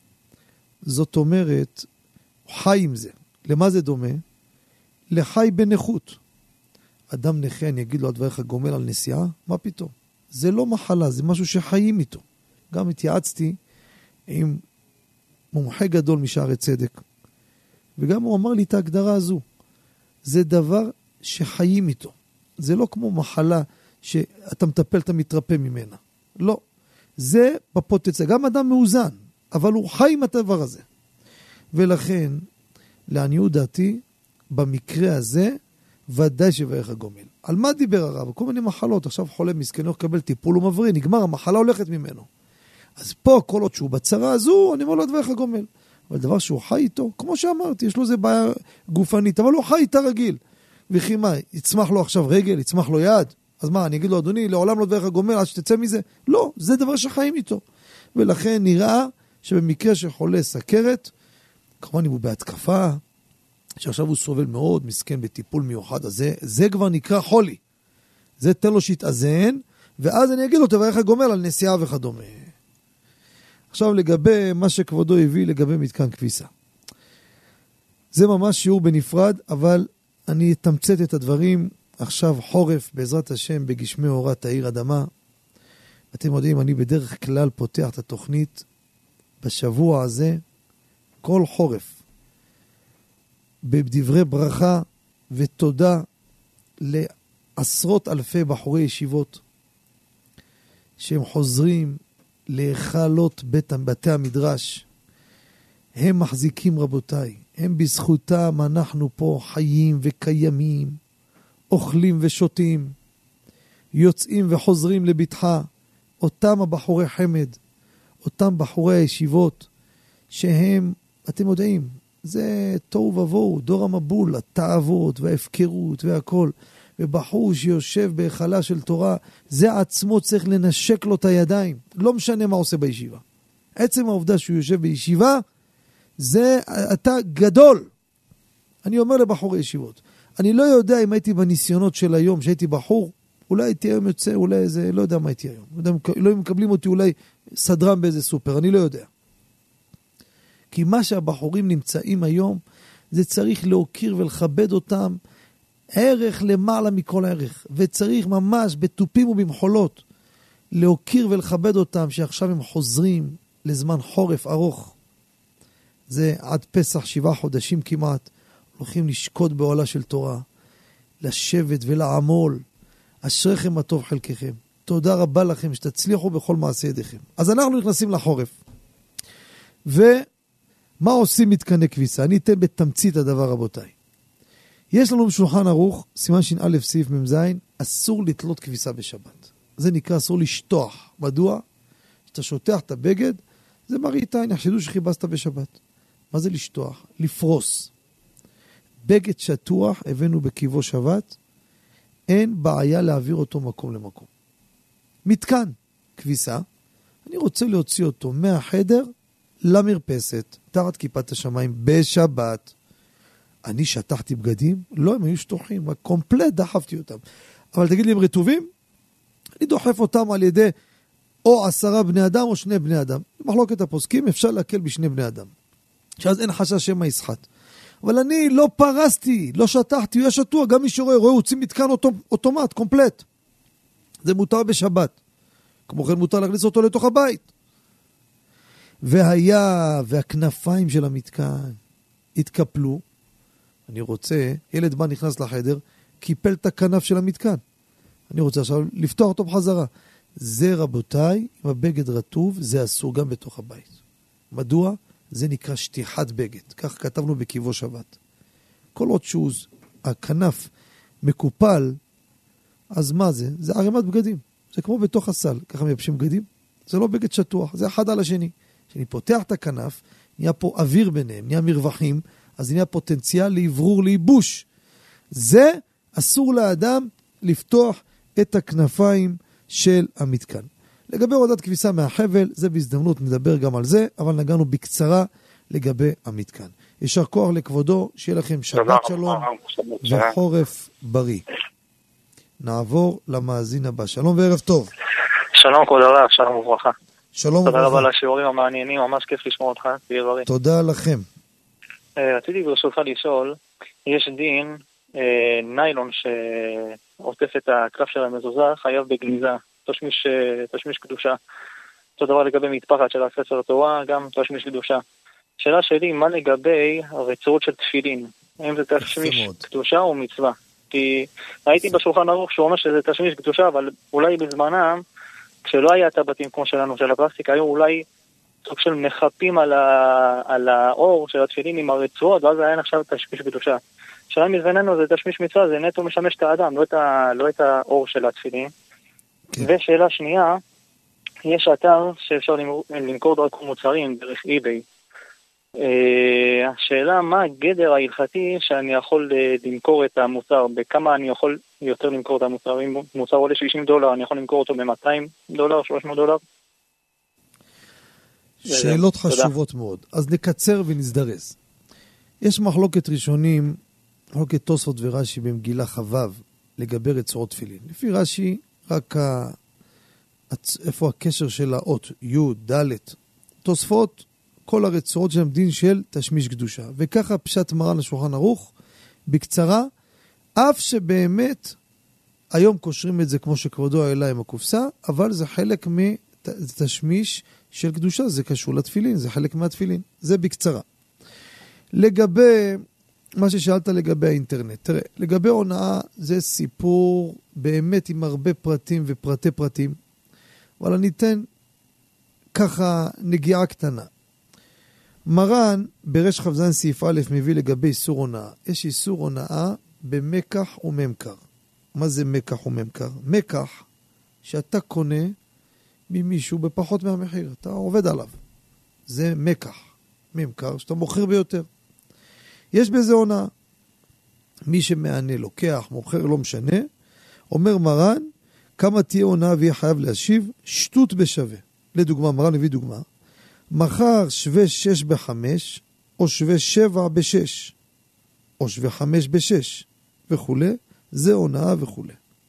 זאת אומרת, הוא חי עם זה. למה זה דומה? לחי בנכות. אדם נכה, אני אגיד לו, הדברך הגומל על נסיעה? מה פתאום? זה לא מחלה, זה משהו שחיים איתו. גם התייעצתי עם מומחה גדול משערי צדק, וגם הוא אמר לי את ההגדרה הזו. זה דבר שחיים איתו. זה לא כמו מחלה שאתה מטפל, אתה מתרפא ממנה. לא. זה בפוטנציה. גם אדם מאוזן, אבל הוא חי עם הדבר הזה. ולכן, לעניות דעתי, במקרה הזה, ודאי שיברך הגומל. על מה דיבר הרב? כל מיני מחלות. עכשיו חולה מסכן, הוא קבל טיפול ומבריא, נגמר, המחלה הולכת ממנו. אז פה, כל עוד שהוא בצרה הזו, אני אומר לו יברך הגומל. אבל דבר שהוא חי איתו, כמו שאמרתי, יש לו איזה בעיה גופנית, אבל הוא חי איתה רגיל. וכי מה, יצמח לו עכשיו רגל, יצמח לו יד? אז מה, אני אגיד לו, אדוני, לעולם לא יברך הגומל עד שתצא מזה? לא, זה דבר שחיים איתו. ולכן נראה שבמקרה שחולה סכרת, כמובן אם הוא בהתקפה, שעכשיו הוא סובל מאוד, מסכן בטיפול מיוחד, אז זה כבר נקרא חולי. זה תן לו שיתאזן, ואז אני אגיד לו, תברך הגומל על נסיעה וכדומה. עכשיו לגבי מה שכבודו הביא לגבי מתקן כביסה. זה ממש שיעור בנפרד, אבל אני אתמצת את הדברים. עכשיו חורף, בעזרת השם, בגשמי אורה תאיר אדמה. אתם יודעים, אני בדרך כלל פותח את התוכנית בשבוע הזה, כל חורף, בדברי ברכה ותודה לעשרות אלפי בחורי ישיבות, שהם חוזרים להיכלות בתי המדרש. הם מחזיקים רבותיי, הם בזכותם אנחנו פה חיים וקיימים, אוכלים ושותים, יוצאים וחוזרים לביתך. אותם הבחורי חמד, אותם בחורי הישיבות, שהם, אתם יודעים, זה תוהו ובוהו, דור המבול, התאוות וההפקרות והכל. ובחור שיושב בהיכלה של תורה, זה עצמו צריך לנשק לו את הידיים. לא משנה מה עושה בישיבה. עצם העובדה שהוא יושב בישיבה, זה אתה גדול. אני אומר לבחורי ישיבות, אני לא יודע אם הייתי בניסיונות של היום, שהייתי בחור, אולי הייתי היום יוצא, אולי איזה, לא יודע מה הייתי היום. לא מקבלים אותי אולי סדרן באיזה סופר, אני לא יודע. כי מה שהבחורים נמצאים היום, זה צריך להוקיר ולכבד אותם, ערך למעלה מכל הערך. וצריך ממש בטופים ובמחולות, להוקיר ולכבד אותם, שעכשיו הם חוזרים לזמן חורף ארוך. זה עד פסח 7 חודשים כמעט, הולכים לשקוד בעולה של תורה, לשבת ולעמול. אשריכם מה טוב חלקכם. תודה רבה לכם שתצליחו בכל מעשה ידיכם. אז אנחנו נכנסים לחורף. ומה עושים מתקני כביסה? אני אתן בתמצית הדבר רבותיי. יש לנו בשולחן ערוך, סימן ש"א סעיף מ"ז, אסור לתלות כביסה בשבת. זה נקרא אסור לשטוח. מדוע? כשאתה שוטח את הבגד, זה מראית עין, יחשדו שחיבסת בשבת. מה זה לשטוח? לפרוס. בגד שטוח הבאנו בקיבו שבת, אין בעיה להעביר אותו מקום למקום. מתקן, כביסה, אני רוצה להוציא אותו מהחדר למרפסת, תחת כיפת השמיים, בשבת. אני שטחתי בגדים? לא, הם היו שטוחים, קומפלט דחפתי אותם. אבל תגיד לי, הם רטובים? אני דוחף אותם על ידי או 10 בני אדם או 2 בני אדם. במחלוקת הפוסקים אפשר להקל בשני בני אדם. שאז אין חשש שמא יסחט. אבל אני לא פרסתי, לא שטחתי, הוא היה שטוח, גם מי שרואה, הוא הוציא מתקן אוטומט, קומפלט. זה מותר בשבת. כמו כן מותר להכניס אותו לתוך הבית. והכנפיים של המתקן התקפלו. אני רוצה, ילד בא נכנס לחדר, קיפל את הכנף של המתקן. אני רוצה עכשיו לפתוח אותו בחזרה. זה רבותיי, אם הבגד רטוב, זה אסור גם בתוך הבית. מדוע? זה נקרא שטיחת בגד. כך כתבנו בקיבו שבת. כל עוד שהוא, הכנף מקופל, אז מה זה? זה ערימת בגדים. זה כמו בתוך הסל. ככה מייבשים בגדים. זה לא בגד שטוח, זה אחד על השני. כשאני פותח את הכנף, נהיה פה אוויר ביניהם, נהיה מרווחים, אז נהיה פוטנציאל לעברור, לייבוש. זה אסור לאדם לפתוח את הכנפיים של המתקן. לגבי הורדת כביסה מהחבל, זה בהזדמנות נדבר גם על זה, אבל נגענו בקצרה לגבי המתקן. יישר כוח לכבודו, שיהיה לכם שבת שלום וחורף בריא. נעבור למאזין הבא. שלום וערב טוב. שלום כבוד הרב, שלום וברכה. שלום וברכה. תודה רבה על השיעורים המעניינים, ממש כיף לשמוע אותך, תהיה בריא. תודה לכם. רציתי ברשותך לשאול, יש דין ניילון שעוטף את הכף של המזוזה, חייב בגניזה, תשמיש קדושה. אותו דבר לגבי מטפחת של הספר התורה, גם תשמיש קדושה. שאלה שלי, מה לגבי הרצועות של תפילין? האם זה תשמיש קדושה או מצווה? כי הייתי בשולחן ערוך שהוא אומר שזה תשמיש קדושה, אבל אולי בזמנם, כשלא היה את הבתים כמו שלנו, של הפלסטיק, היו אולי סוג של מחפים על האור של התפילין עם הרצועות, ואז היה נחשב תשמיש קדושה. שאלה מזבננו זה תשמיש מצווה, זה נטו משמש את האדם, לא את האור של התפילין. ושאלה שנייה, יש אתר שאפשר למכור דרכו מוצרים דרך eBay. השאלה מה הגדר ההלכתי שאני יכול למכור את המוצר, בכמה אני יכול יותר למכור את המוצר, אם מוצר עולה $60 אני יכול למכור אותו $200, $300? שאלות חשובות מאוד. אז נקצר ונסדרס. יש מחלוקת ראשונים, מחלוקת תוספות ורש"י במגילה חבב לגבי רצועות תפילין. לפי רש"י רק איפה הקשר של האות י' ד' תוספות כל הרצועות של דין של תשמיש קדושה. וככה פשט מרן לשולחן ערוך בקצרה, אף שבאמת היום קושרים את זה כמו שכבודו העלה עם הקופסה, אבל זה חלק מתשמיש של קדושה, זה קשור לתפילין, זה חלק מהתפילין. זה בקצרה. לגבי מה ששאלת לגבי האינטרנט, תראה, לגבי הונאה זה סיפור באמת עם הרבה פרטים ופרטי פרטים, אבל אני אתן ככה נגיעה קטנה. מרן ברש חבזן סעיף א' מביא לגבי איסור הונאה. יש איסור הונאה במקח וממכר. מה זה מקח וממכר? מקח שאתה קונה ממישהו בפחות מהמחיר, אתה עובד עליו. זה מקח. ממכר שאתה מוכר ביותר. יש בזה הונאה. מי שמענה, לוקח, מוכר, לא משנה, אומר מרן, כמה תהיה הונאה ויהיה חייב להשיב? שטות בשווה. לדוגמה, מרן הביא דוגמה, מחר שווה 6 ב-5, או שווה 7 ב-6, או שווה 5 ב-6, וכו'. זה הונאה וכו'.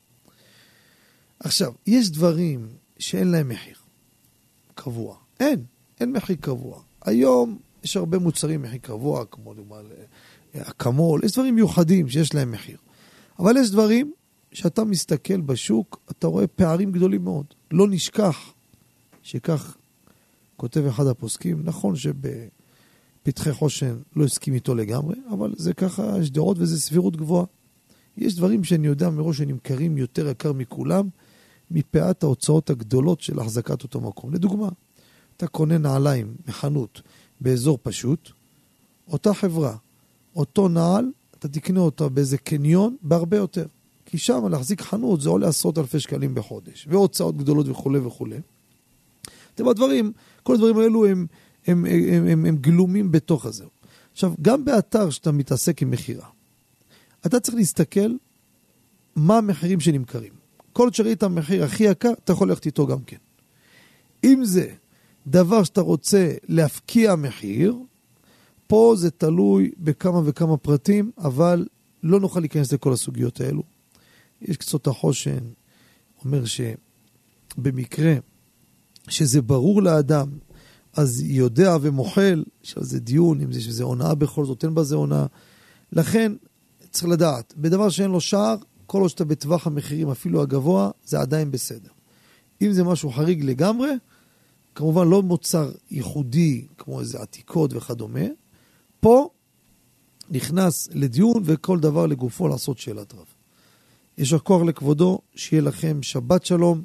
עכשיו, יש דברים שאין להם מחיר קבוע. אין מחיר קבוע. היום יש הרבה מוצרים מחיר קבוע, כמו למשל אקמול, יש דברים מיוחדים שיש להם מחיר. אבל יש דברים שאתה מסתכל בשוק, אתה רואה פערים גדולים מאוד. לא נשכח שכך כותב אחד הפוסקים, נכון שבפתחי חושן לא הסכים איתו לגמרי, אבל זה ככה, יש דעות וזה סבירות גבוהה. יש דברים שאני יודע מראש שנמכרים יותר יקר מכולם, מפאת ההוצאות הגדולות של החזקת אותו מקום. לדוגמה, אתה קונה נעליים מחנות באזור פשוט, אותה חברה, אותו נעל, אתה תקנה אותה באיזה קניון בהרבה יותר. כי שם להחזיק חנות זה עולה 10,000 שקלים בחודש, והוצאות גדולות וכו' וכו'. אתם הדברים, כל הדברים האלו הם גלומים בתוך הזה. עכשיו, גם באתר שאתה מתעסק עם מחירה, אתה צריך להסתכל מה המחירים שנמכרים. כל שראית המחיר הכי יקר, אתה יכול ללכת איתו גם כן. אם זה דבר שאתה רוצה להפקיע מחיר, פה זה תלוי בכמה וכמה פרטים, אבל לא נוכל להיכנס לכל הסוגיות האלו. יש קצות החושן, אומר שבמקרה שזה ברור לאדם, אז יודע ומוחל, שזה דיון, אם זה שזה עונה בכל זאת, אין בזה עונה. לכן צריך לדעת, בדבר שאין לו שער, כל עוד שאתה בטווח המחירים אפילו הגבוה, זה עדיין בסדר. אם זה משהו חריג לגמרי, כמובן לא מוצר ייחודי, כמו איזה עתיקות וכדומה, פה נכנס לדיון וכל דבר לגופו לעשות שאלת רב. יש הכוח לכבודו, שיהיה לכם שבת שלום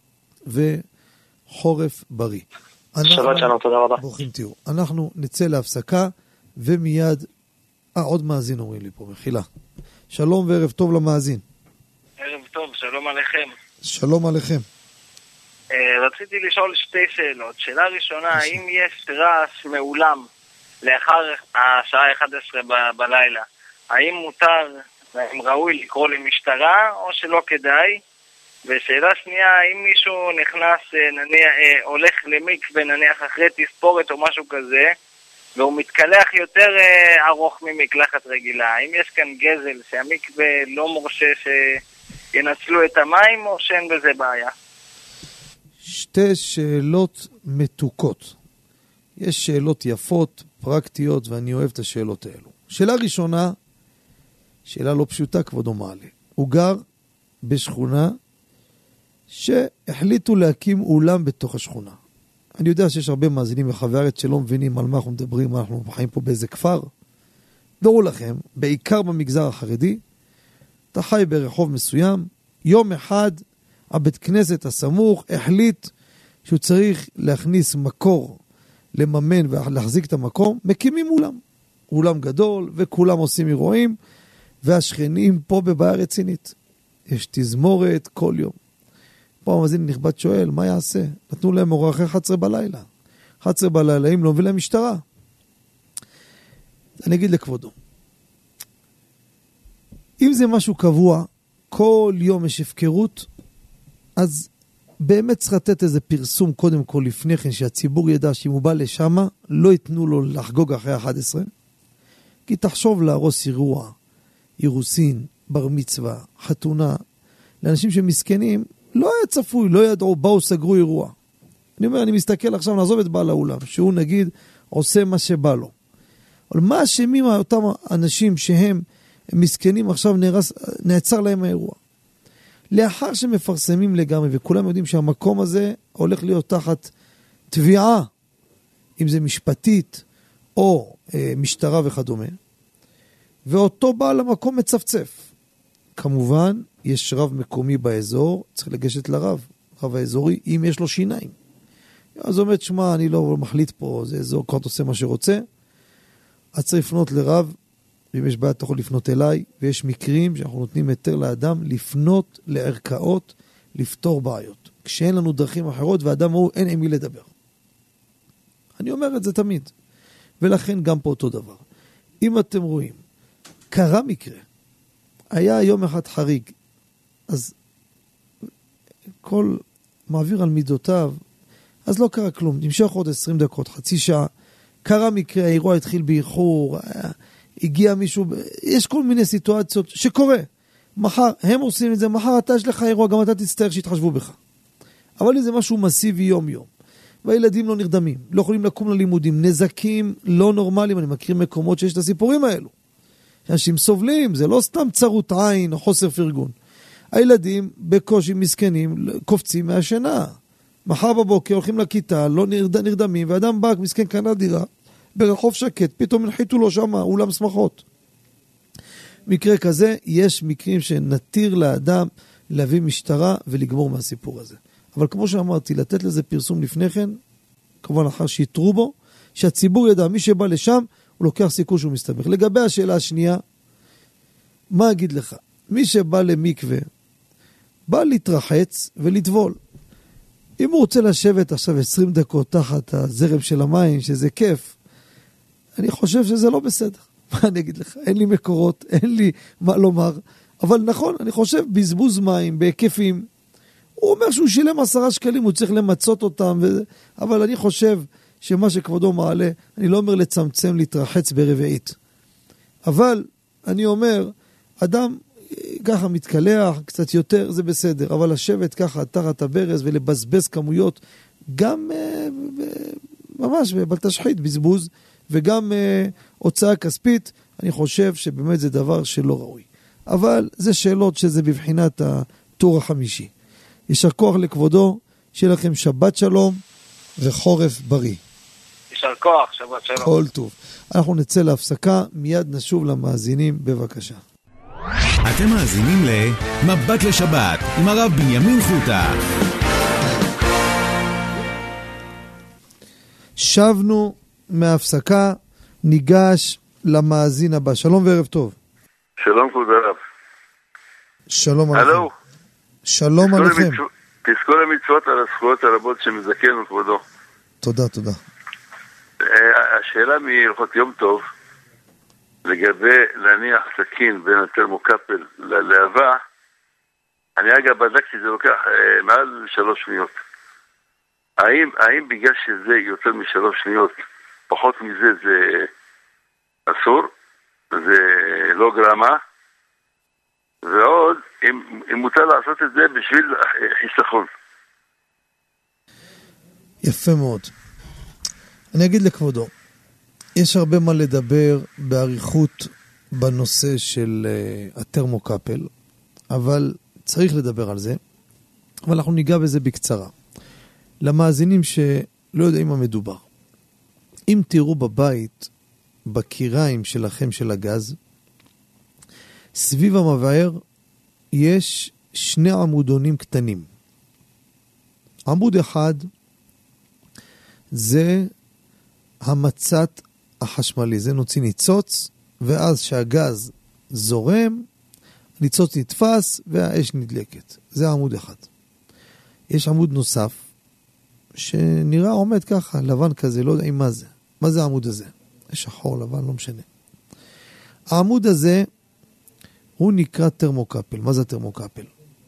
וחורף בריא. שבת שלום, תודה רבה. ברוכים תהיו. אנחנו נצא להפסקה ומיד, עוד מאזין אומרים לי פה, מחילה. שלום וערב טוב למאזין. ערב טוב, שלום עליכם. שלום עליכם. רציתי לשאול שתי שאלות. שאלה ראשונה, האם יש רעש מאולם לאחר השעה 11 בלילה, האם מותר, האם ראוי לקרוא למשטרה או שלא כדאי? ושאלה שנייה, האם מישהו נכנס, הולך למקווה נניח אחרי תספורת או משהו כזה, והוא מתקלח יותר ארוך ממקלחת רגילה, האם יש כאן גזל שהמקווה לא מורשה שינצלו את המים או שאין בזה בעיה? שתי שאלות מתוקות. יש שאלות יפות, פרקטיות, ואני אוהב את השאלות האלו. שאלה ראשונה, שאלה לא פשוטה, כבודו מעלה. הוא גר בשכונה שהחליטו להקים אולם בתוך השכונה. אני יודע שיש הרבה מאזינים וחברי הארץ שלא מבינים על מה אנחנו מדברים, אנחנו חיים פה באיזה כפר. דעו לכם, בעיקר במגזר החרדי, אתה חי ברחוב מסוים, יום אחד הבית כנסת הסמוך החליט שהוא צריך להכניס מקור לממן ולהחזיק את המקום, מקימים אולם. אולם גדול וכולם עושים אירועים, והשכנים פה בבעיה רצינית. יש תזמורת כל יום. פה המאזין נכבד שואל, מה יעשה? נתנו להם אור אחרי 11 בלילה. 11 בלילה, אם לא מביא להם משטרה. אני אגיד לכבודו. אם זה משהו קבוע, כל יום יש הפקרות, אז באמת צריך לתת איזה פרסום קודם כל לפני כן, שהציבור ידע שאם הוא בא לשם, לא ייתנו לו לחגוג אחרי 11, כי תחשוב להרוס אירוע, אירוסין, בר מצווה, חתונה, לאנשים שמסכנים, לא היה צפוי, לא ידעו, באו, סגרו אירוע. אני אומר, אני מסתכל עכשיו, נעזוב את בעל האולם, שהוא נגיד עושה מה שבא לו. אבל מה אשמים אותם אנשים שהם מסכנים עכשיו נעצר להם האירוע? לאחר שמפרסמים לגמרי, וכולם יודעים שהמקום הזה הולך להיות תחת תביעה, אם זה משפטית או משטרה וכדומה, ואותו בעל המקום מצפצף. כמובן, יש רב מקומי באזור, צריך לגשת לרב, רב האזורי, אם יש לו שיניים. אז אומרת, שמה, אני לא מחליט פה, זה אזור, כל עושה מה שרוצה, אז צריך לפנות לרב, ואם יש בעיה, אתה יכול לפנות אליי, ויש מקרים שאנחנו נותנים יותר לאדם לפנות לערכאות, לפתור בעיות. כשאין לנו דרכים אחרות, והאדם הוא, אין עם מי לדבר. אני אומר את זה תמיד. ולכן גם פה אותו דבר. אם אתם רואים, קרה מקרה, היה יום אחד חריג, אז כל מעביר על מידותיו, אז לא קרה כלום, נמשך עוד 20 דקות, חצי שעה, קרה מקרה, האירוע התחיל באיחור, הגיע מישהו, יש כל מיני סיטואציות שקורה. מחר, הם עושים את זה, מחר אתה יש לך אירוע, גם אתה תצטער שיתחשבו בך. אבל זה משהו מסיבי יום יום. והילדים לא נרדמים, לא יכולים לקום ללימודים, נזקים לא נורמליים, אני מכיר מקומות שיש את הסיפורים האלו. אנשים סובלים, זה לא סתם צרות עין או חוסר פרגון. הילדים בקושי מסכנים, קופצים מהשינה. מחר בבוקר הולכים לכיתה, לא נרדמים, ואדם בא, מסכן קנה דירה, ברחוב שקט, פתאום הנחיתו לו שם אולם שמחות. מקרה כזה, יש מקרים שנתיר לאדם להביא משטרה ולגמור מהסיפור הזה. אבל כמו שאמרתי, לתת לזה פרסום לפני כן, כמובן אחר שיתרו בו, שהציבור ידע, מי שבא לשם, הוא לוקח סיכוי שהוא מסתבך. לגבי השאלה השנייה, מה אגיד לך? מי שבא למקווה, בא להתרחץ ולטבול. אם הוא רוצה לשבת עכשיו 20 דקות תחת הזרם של המים, שזה כיף, אני חושב שזה לא בסדר. מה אני אגיד לך? אין לי מקורות, אין לי מה לומר. אבל נכון, אני חושב, בזבוז מים, בהיקפים, הוא אומר שהוא שילם 10 שקלים, הוא צריך למצות אותם, אבל אני חושב שמה שכבודו מעלה, אני לא אומר לצמצם, להתרחץ ברבעית. אבל אני אומר, אדם ככה מתקלח, קצת יותר, זה בסדר, אבל לשבת ככה תחת הברז ולבזבז כמויות, גם ממש בתשחית בזבוז, וגם הוצאה כספית, אני חושב שבאמת זה דבר שלא ראוי. אבל זה שאלות שזה בבחינת הטור החמישי. יישר כוח לכבודו, שיהיה לכם שבת שלום וחורף בריא. יישר כוח, שבת שלום. כל טוב. אנחנו נצא להפסקה, מיד נשוב למאזינים, בבקשה. אתם מאזינים למבט לשבת עם הרב בנימין חוטה. שבנו מההפסקה, ניגש למאזין הבא. שלום וערב טוב. שלום כבוד הרב. שלום עליכם. הלו. שלום עליכם. תזכור למצוות על הזכויות הרבות שמזכנו כבודו. תודה, תודה. השאלה מהלכות יום טוב, לגבי להניח סכין בין התרמוקפל ללהבה, אני אגב בדקתי, זה לוקח מעל 3 שניות. האם בגלל שזה יותר מ3 שניות, פחות מזה זה אסור, זה לא גרמה, ועוד, אם מותר לעשות את זה בשביל חיסכון. יפה מאוד. אני אגיד לכבודו, יש הרבה מה לדבר בעריכות בנושא של התרמוקפל, אבל צריך לדבר על זה, אבל אנחנו ניגע בזה בקצרה. למאזינים שלא יודעים מה מדובר. אם תראו בבית, בקיריים שלכם של הגז, סביב המבער יש 2 עמודונים קטנים. עמוד אחד זה המצת החשמלי, זה נוציא ניצוץ, ואז שהגז זורם, ניצוץ נתפס והאש נדלקת. זה עמוד אחד. יש עמוד נוסף, שנראה עומד ככה, לבן כזה, לא יודעים מה זה. מה זה העמוד הזה? יש שחור, לבן, לא משנה. העמוד הזה, הוא נקרא תרמוקפל. מה זה תרמוקפל?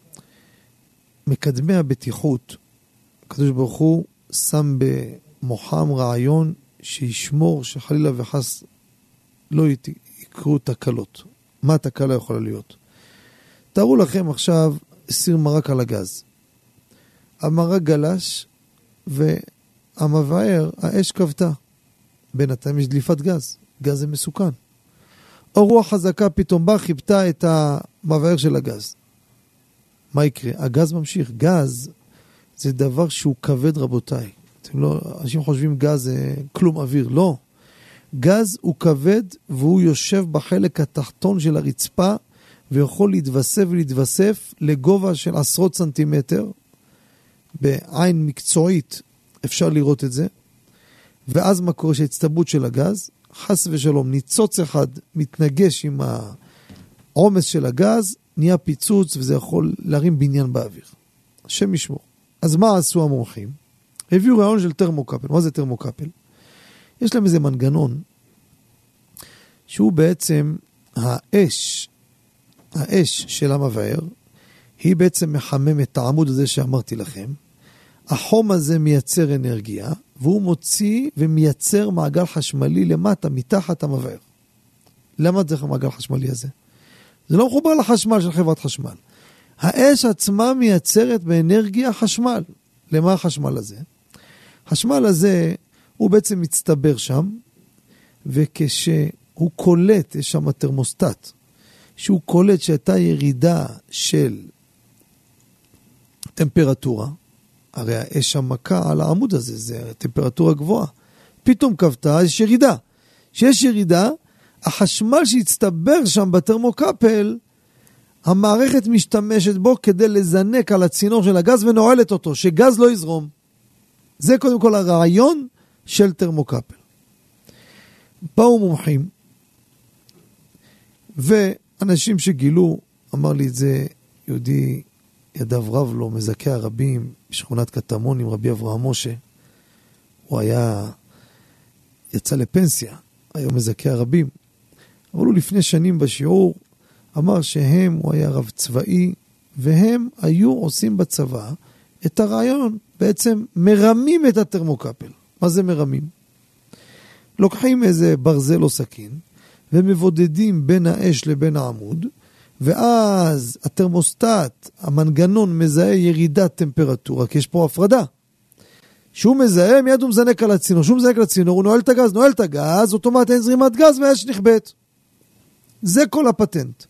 מקדמי הבטיחות, הקדוש ברוך הוא שם במוחם רעיון שישמור שחלילה וחס לא יקרו תקלות. מה התקלה יכולה להיות? תארו לכם עכשיו סיר מרק על הגז. המרק גלש והמבער, האש כבתה. בינתיים יש דליפת גז. גז זה מסוכן. או רוח חזקה פתאום באה, חיפתה את המבער של הגז. מה יקרה? הגז ממשיך. גז זה דבר שהוא כבד, רבותיי. אנשים חושבים גז זה כלום אוויר. לא. גז הוא כבד והוא יושב בחלק התחתון של הרצפה ויכול להתווסף ולהתווסף לגובה של 10 סנטימטר. בעין מקצועית אפשר לראות את זה. ואז מה קורה שהצטברות של הגז, חס ושלום, ניצוץ אחד מתנגש עם העומס של הגז, נהיה פיצוץ וזה יכול להרים בניין באוויר. השם ישמור. אז מה עשו המומחים? הביאו רעיון של תרמוקפל. מה זה תרמוקפל? יש להם איזה מנגנון שהוא בעצם האש של המבער, היא בעצם מחממת את העמוד הזה שאמרתי לכם. החום הזה מייצר אנרגיה, והוא מוציא ומייצר מעגל חשמלי למטה, מתחת המבער. למה זה המעגל חשמלי הזה? זה לא מחובר לחשמל של חברת חשמל. האש עצמה מייצרת באנרגיה חשמל. למה החשמל הזה? החשמל הזה הוא בעצם מצטבר שם, וכשהוא קולט, יש שם תרמוסטט, שהוא קולט שהייתה ירידה של טמפרטורה, הרי האש המכה על העמוד הזה, זה טמפרטורה גבוהה. פתאום כבתה, יש ירידה. שיש ירידה, החשמל שהצטבר שם בתרמוקפל, המערכת משתמשת בו כדי לזנק על הצינור של הגז ונועלת אותו, שגז לא יזרום. זה קודם כל הרעיון של תרמוקפל. באו מומחים, ואנשים שגילו, אמר לי את זה יהודי ידיו רב לו, מזכה הרבים, בשכונת קטמון עם רבי אברהם משה. הוא יצא לפנסיה, היום מזכה הרבים. אבל הוא לפני שנים בשיעור אמר הוא היה רב צבאי, והם היו עושים בצבא את הרעיון, בעצם מרמים את התרמוקפל. מה זה מרמים? לוקחים איזה ברזל או סכין, ומבודדים בין האש לבין העמוד, ואז התרמוסטט, המנגנון מזהה ירידת טמפרטורה, כי יש פה הפרדה. שהוא מזהה, מיד הוא מזנק על הצינור. שהוא מזנק על הצינור, הוא נועל את הגז, אוטומט אין זרימת גז והאש נכבדת. זה כל הפטנט.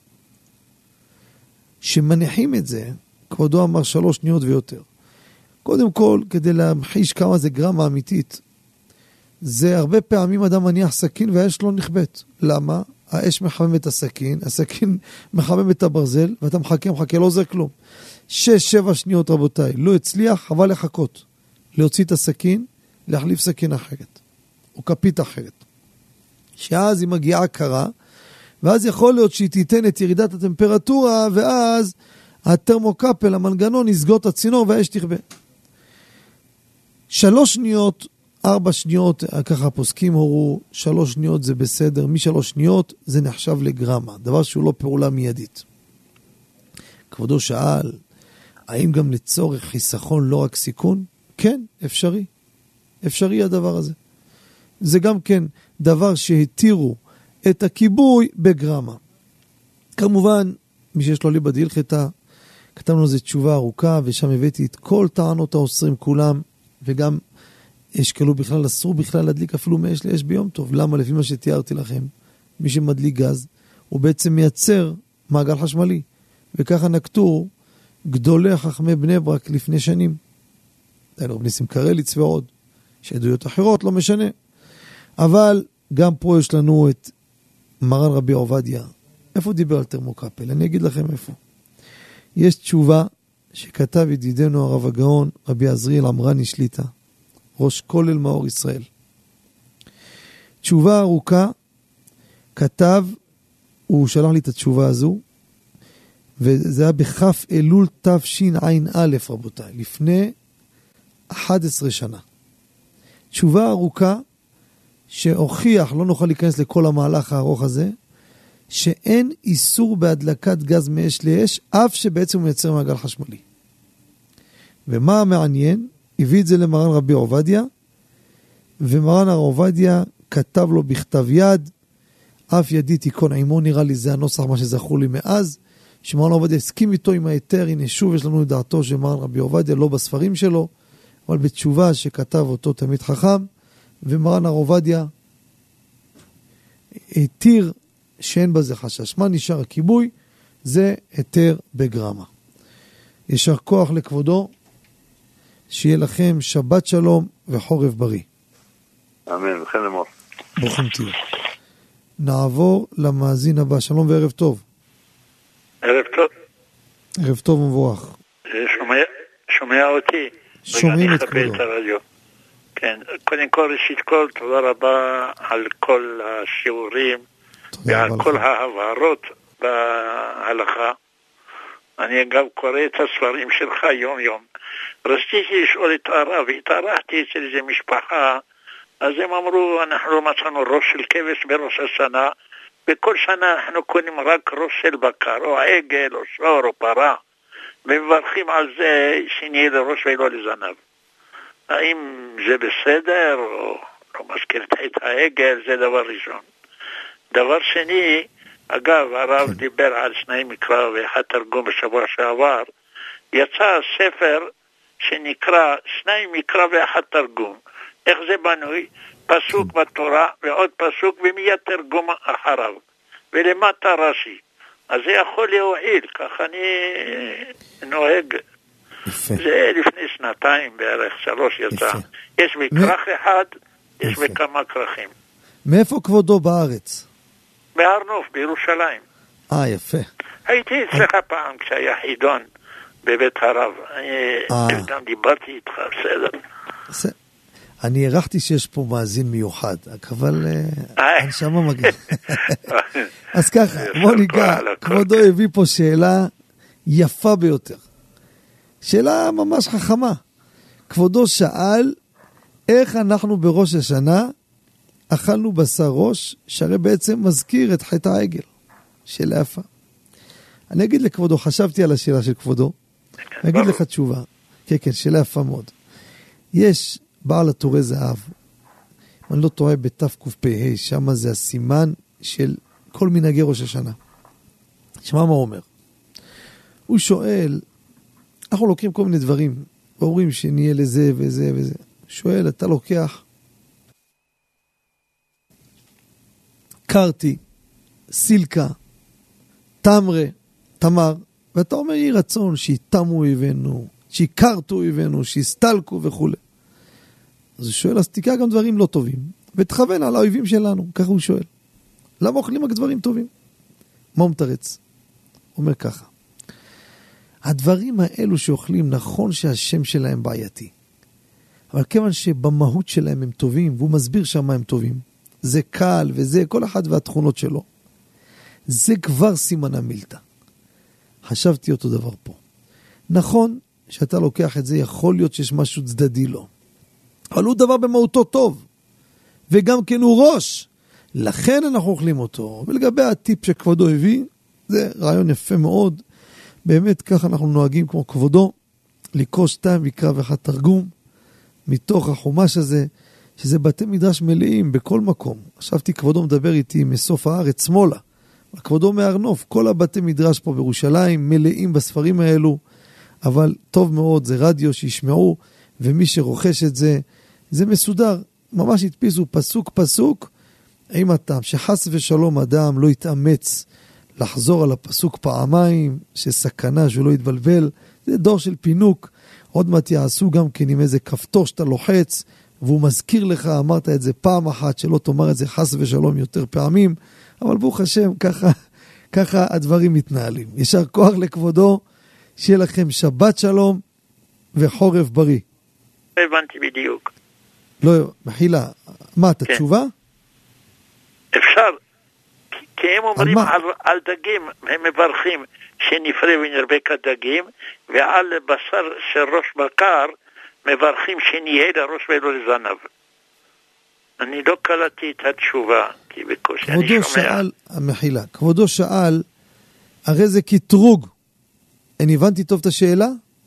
שמניחים את זה, כבודו אמר 3 שניות ויותר. קודם כל, כדי להמחיש כמה זה גרמה אמיתית, זה הרבה פעמים אדם מניח סכין והאש לא נכבדת. למה? האש מחמם את הסכין, הסכין מחמם את הברזל, ואתה מחכה, לא עוזר כלום. 6-7 שניות רבותיי, לא הצליח, חבל לחכות. להוציא את הסכין, להחליף סכין אחרת, או כפית אחרת. שאז היא מגיעה קרה, ואז יכול להיות שהיא תיתן את ירידת הטמפרטורה, ואז התרמוקפל, המנגנון, יסגור את הצינור והאש תכבה. 3 שניות, 4 שניות, ככה הפוסקים הורו, 3 שניות זה בסדר, מ3 שניות זה נחשב לגרמה, דבר שהוא לא פעולה מיידית. כבודו שאל, האם גם לצורך חיסכון לא רק סיכון? כן, אפשרי. אפשרי הדבר הזה. זה גם כן דבר שהתירו את הכיבוי בגרמה. כמובן, מי שיש לו ליבא דהילכתא, כתבנו לזה תשובה ארוכה, ושם הבאתי את כל טענות האוסרים כולם, וגם אשקלו בכלל, אסור בכלל להדליק אפילו מאש לאש ביום טוב. למה? לפי מה שתיארתי לכם, מי שמדליק גז, הוא בעצם מייצר מעגל חשמלי. וככה נקטו גדולי חכמי בני ברק לפני שנים. רב ניסים קרליץ ועוד, שעדויות אחרות, לא משנה. אבל גם פה יש לנו את מרן רבי עובדיה. איפה דיבר על תרמוקפל? אני אגיד לכם איפה. יש תשובה שכתב ידידנו הרב הגאון, רבי עזריאל עמרני שליטה, ראש כולל מאור ישראל. תשובה ארוכה, כתב, הוא שלח לי את התשובה הזו, וזה היה בכף אלול תשע"א רבותיי, לפני 11 שנה. תשובה ארוכה שהוכיח, לא נוכל להיכנס לכל המהלך הארוך הזה, שאין איסור בהדלקת גז מאש לאש, אף שבעצם הוא מייצר מעגל חשמלי. ומה המעניין? הביא את זה למרן רבי עובדיה, ומרן הרב עובדיה כתב לו בכתב יד, אף ידי תיקון עמו, נראה לי זה הנוסח מה שזכור לי מאז, שמרן עובדיה הסכים איתו עם היתר. הנה שוב יש לנו את דעתו של מרן רבי עובדיה, לא בספרים שלו, אבל בתשובה שכתב אותו תמיד חכם, ומרן הרב עובדיה התיר שאין בזה חשש. מה נשאר הכיבוי? זה היתר בגרמה. ישר כוח לכבודו, שיהיה לכם שבת שלום וחורף בריא. אמן, וכן אמור. ברוכים תהיו. נעבור למאזין הבא. שלום וערב טוב. ערב טוב. ערב טוב ומבורך. שומע אותי? שומעים את כבודו. כן, קודם כל ראשית כל, תודה רבה על כל השיעורים ועל כל ההבהרות בהלכה. אני אגב קורא את הספרים שלך יום יום. רציתי לשאול את הרב, התארחתי אצל איזה משפחה, אז הם אמרו, אנחנו לא מצאנו ראש של כבש בראש השנה, וכל שנה אנחנו קונים רק ראש של בקר, או עגל, או שור, או פרה, ומברכים על זה שנהיה לראש ולא לזנב. האם זה בסדר, או לא מזכיר את העגל, זה דבר ראשון. דבר שני, אגב, הרב דיבר על 2 מקרא ואחד תרגום בשבוע שעבר, יצא ספר שנקרא 2 מקרא ואחד תרגום. איך זה בנוי? פסוק בתורה ועוד פסוק ומיד תרגום אחריו. ולמטה רש"י. אז זה יכול להועיל, כך אני נוהג. יפה. זה לפני 2 בערך, 3 יצא. יפה. יש בכרך אחד, יש יפה. בכמה כרכים. מאיפה כבודו בארץ? בהר נוף, בירושלים. יפה. הייתי אצלך פעם כשהיה חידון בבית הרב. אני גם דיברתי איתך, בסדר. אני ערכתי שיש פה מאזין מיוחד, אבל הנשמה מגיע. אז ככה, בוא ניגע, כבודו הביא פה שאלה יפה ביותר. שאלה ממש חכמה. כבודו שאל, איך אנחנו בראש השנה אכלנו בשר ראש, שהרי בעצם מזכיר את חטא העגל. שאלה יפה. אני אגיד לכבודו, חשבתי על השאלה של כבודו, אני אגיד לך תשובה. כן, שאלה יפה מאוד. יש בעל התורי זהב, אם אני לא טועה בתקפ"ה, שם זה הסימן של כל מנהגי ראש השנה. שמע מה הוא אומר. הוא שואל, אנחנו לוקחים כל מיני דברים, ואומרים שנהיה לזה וזה וזה. שואל, אתה לוקח קרטי, סילקה, תמרה, תמר, ואתה אומר, יהי רצון שיתמו אויבינו, שיקרתו אויבינו, שיסתלקו וכו'. אז הוא שואל, אז תיקח גם דברים לא טובים, ותכוון על האויבים שלנו, ככה הוא שואל. למה אוכלים רק דברים טובים? מה הוא מתרץ? הוא אומר ככה, הדברים האלו שאוכלים, נכון שהשם שלהם בעייתי, אבל כיוון שבמהות שלהם הם טובים, והוא מסביר שמה הם טובים, זה קל וזה, כל אחד והתכונות שלו, זה כבר סימן המילתא. חשבתי אותו דבר פה. נכון שאתה לוקח את זה, יכול להיות שיש משהו צדדי לו, אבל הוא דבר במהותו טוב, וגם כן הוא ראש, לכן אנחנו אוכלים אותו. ולגבי הטיפ שכבודו הביא, זה רעיון יפה מאוד, באמת ככה אנחנו נוהגים כמו כבודו, לקרוא 2 מקרא ו1 תרגום, מתוך החומש הזה, שזה בתי מדרש מלאים בכל מקום. חשבתי כבודו מדבר איתי מסוף הארץ שמאלה, כבודו מהרנוף, כל הבתי מדרש פה בירושלים מלאים בספרים האלו, אבל טוב מאוד, זה רדיו שישמעו, ומי שרוכש את זה, זה מסודר, ממש הדפיסו פסוק פסוק, עם הטעם שחס ושלום אדם לא יתאמץ לחזור על הפסוק פעמיים, שסכנה שהוא לא יתבלבל, זה דור של פינוק, עוד מעט יעשו גם כן עם איזה כפתור שאתה לוחץ, והוא מזכיר לך, אמרת את זה פעם אחת, שלא תאמר את זה חס ושלום יותר פעמים, אבל ברוך השם, ככה הדברים מתנהלים. ישר כוח לכבודו, שיהיה לכם שבת שלום וחורף בריא. לא הבנתי בדיוק. לא, מחילה, מה, אתה תשובה? אפשר, כי הם אומרים על דגים, הם מברכים שנפרה ונרבה כדגים, ועל בשר של ראש בקר, מברכים שנהיה לראש ולא לזנב. אני לא קלטתי את התשובה, כי בקושי אני שומע. כבודו שאל, המחילה, כבודו שאל, הרי זה כתרוג. אני הבנתי טוב את השאלה?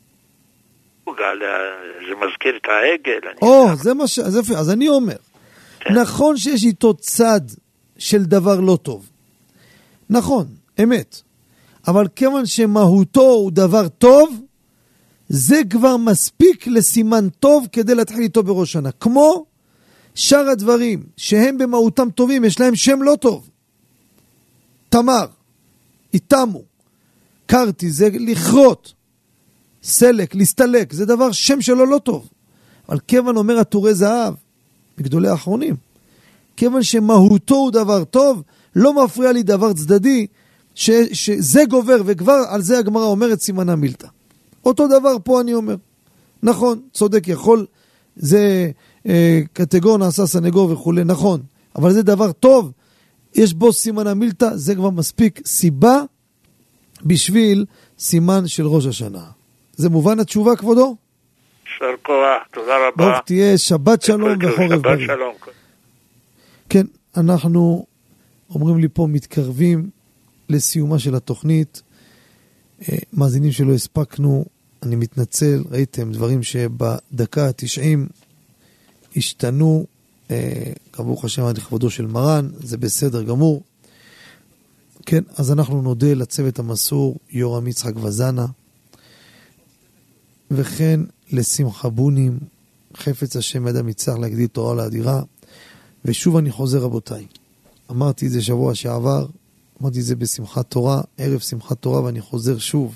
זה מזכיר את העגל. זה מה אז אני אומר, נכון שיש איתו צד של דבר לא טוב. נכון, אמת. אבל כיוון שמהותו הוא דבר טוב, זה כבר מספיק לסימן טוב כדי להתחיל איתו בראש שנה. כמו שאר הדברים שהם במהותם טובים, יש להם שם לא טוב. תמר, איתמו, קרתי, זה לכרות, סלק, להסתלק, זה דבר שם שלו לא טוב. אבל כיוון אומר התורי זהב, מגדולי האחרונים, כיוון שמהותו הוא דבר טוב, לא מפריע לי דבר צדדי, שזה גובר, וכבר על זה הגמרא אומרת סימנה מילתא. אותו דבר פה אני אומר. נכון, צודק, יכול, זה קטגור נעשה סנגור וכו', נכון, אבל זה דבר טוב, יש בו סימנה מילתא, זה כבר מספיק סיבה בשביל סימן של ראש השנה. זה מובן התשובה, כבודו? שר כוח, תודה רבה. ברוך תהיה, שבת שלום וחורף בריא. שלום. כן, אנחנו אומרים לי פה מתקרבים לסיומה של התוכנית. מאזינים שלא הספקנו, אני מתנצל, ראיתם דברים שבדקה ה-90 השתנו, ברוך השם עד לכבודו של מרן, זה בסדר גמור. כן, אז אנחנו נודה לצוות המסור, יורם יצחק וזנה, וכן לשמחה בונים, חפץ השם ידע מצליח להגדיל תורה לאדירה. ושוב אני חוזר רבותיי, אמרתי את זה שבוע שעבר, אמרתי את זה בשמחת תורה, ערב שמחת תורה, ואני חוזר שוב,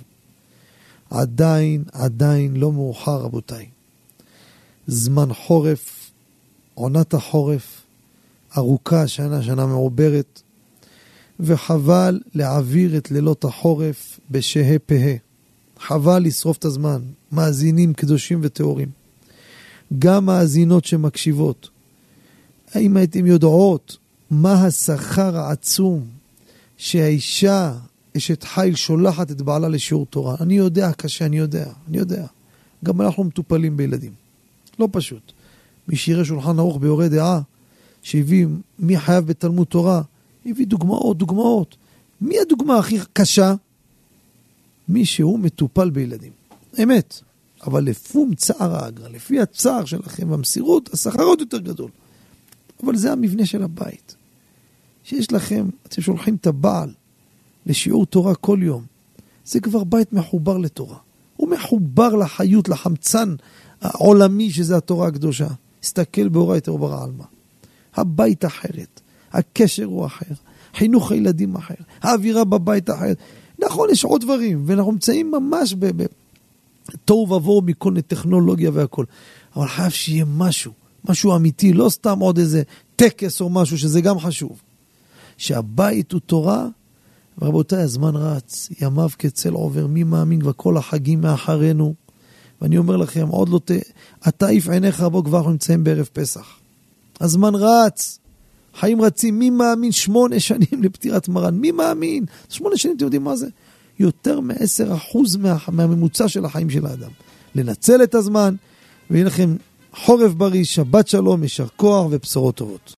עדיין לא מאוחר רבותיי. זמן חורף, עונת החורף, ארוכה, שנה מעוברת, וחבל להעביר את לילות החורף בשהה פהה. חבל לשרוף את הזמן. מאזינים קדושים וטהורים, גם מאזינות שמקשיבות, האם הייתם יודעות מה השכר העצום שהאישה אשת חיל שולחת את בעלה לשיעור תורה. אני יודע, קשה, אני יודע. גם אנחנו מטופלים בילדים. לא פשוט. מי שיראה שולחן ערוך ביורה דעה, שהביא מי חייב בתלמוד תורה, הביא דוגמאות. מי הדוגמה הכי קשה? מי שהוא מטופל בילדים. אמת. אבל לפום צער האגרה, לפי הצער שלכם והמסירות, השכר עוד יותר גדול. אבל זה המבנה של הבית. שיש לכם, אתם שולחים את הבעל לשיעור תורה כל יום. זה כבר בית מחובר לתורה. הוא מחובר לחיות, לחמצן העולמי שזה התורה הקדושה. הסתכל באורייתא וברעלמא. הבית אחרת. הקשר הוא אחר. חינוך הילדים אחר. האווירה בבית אחרת. נכון, יש עוד דברים, ואנחנו נמצאים ממש תוהו ובוהו מכל טכנולוגיה והכל. אבל חייב שיהיה משהו אמיתי, לא סתם עוד איזה טקס או משהו, שזה גם חשוב. שהבית הוא תורה, ורבותיי, הזמן רץ, ימיו כצל עובר, מי מאמין, וכל החגים מאחרינו. ואני אומר לכם, עוד לא תעיף עיניך בו, כבר אנחנו נמצאים בערב פסח. הזמן רץ, חיים רצים, מי מאמין 8 שנים לפטירת מרן? מי מאמין? 8 שנים, אתם יודעים מה זה? יותר מ10% מהממוצע של החיים של האדם. לנצל את הזמן, ויהיה לכם חורף בריא, שבת שלום, יישר כוח ובשורות טובות.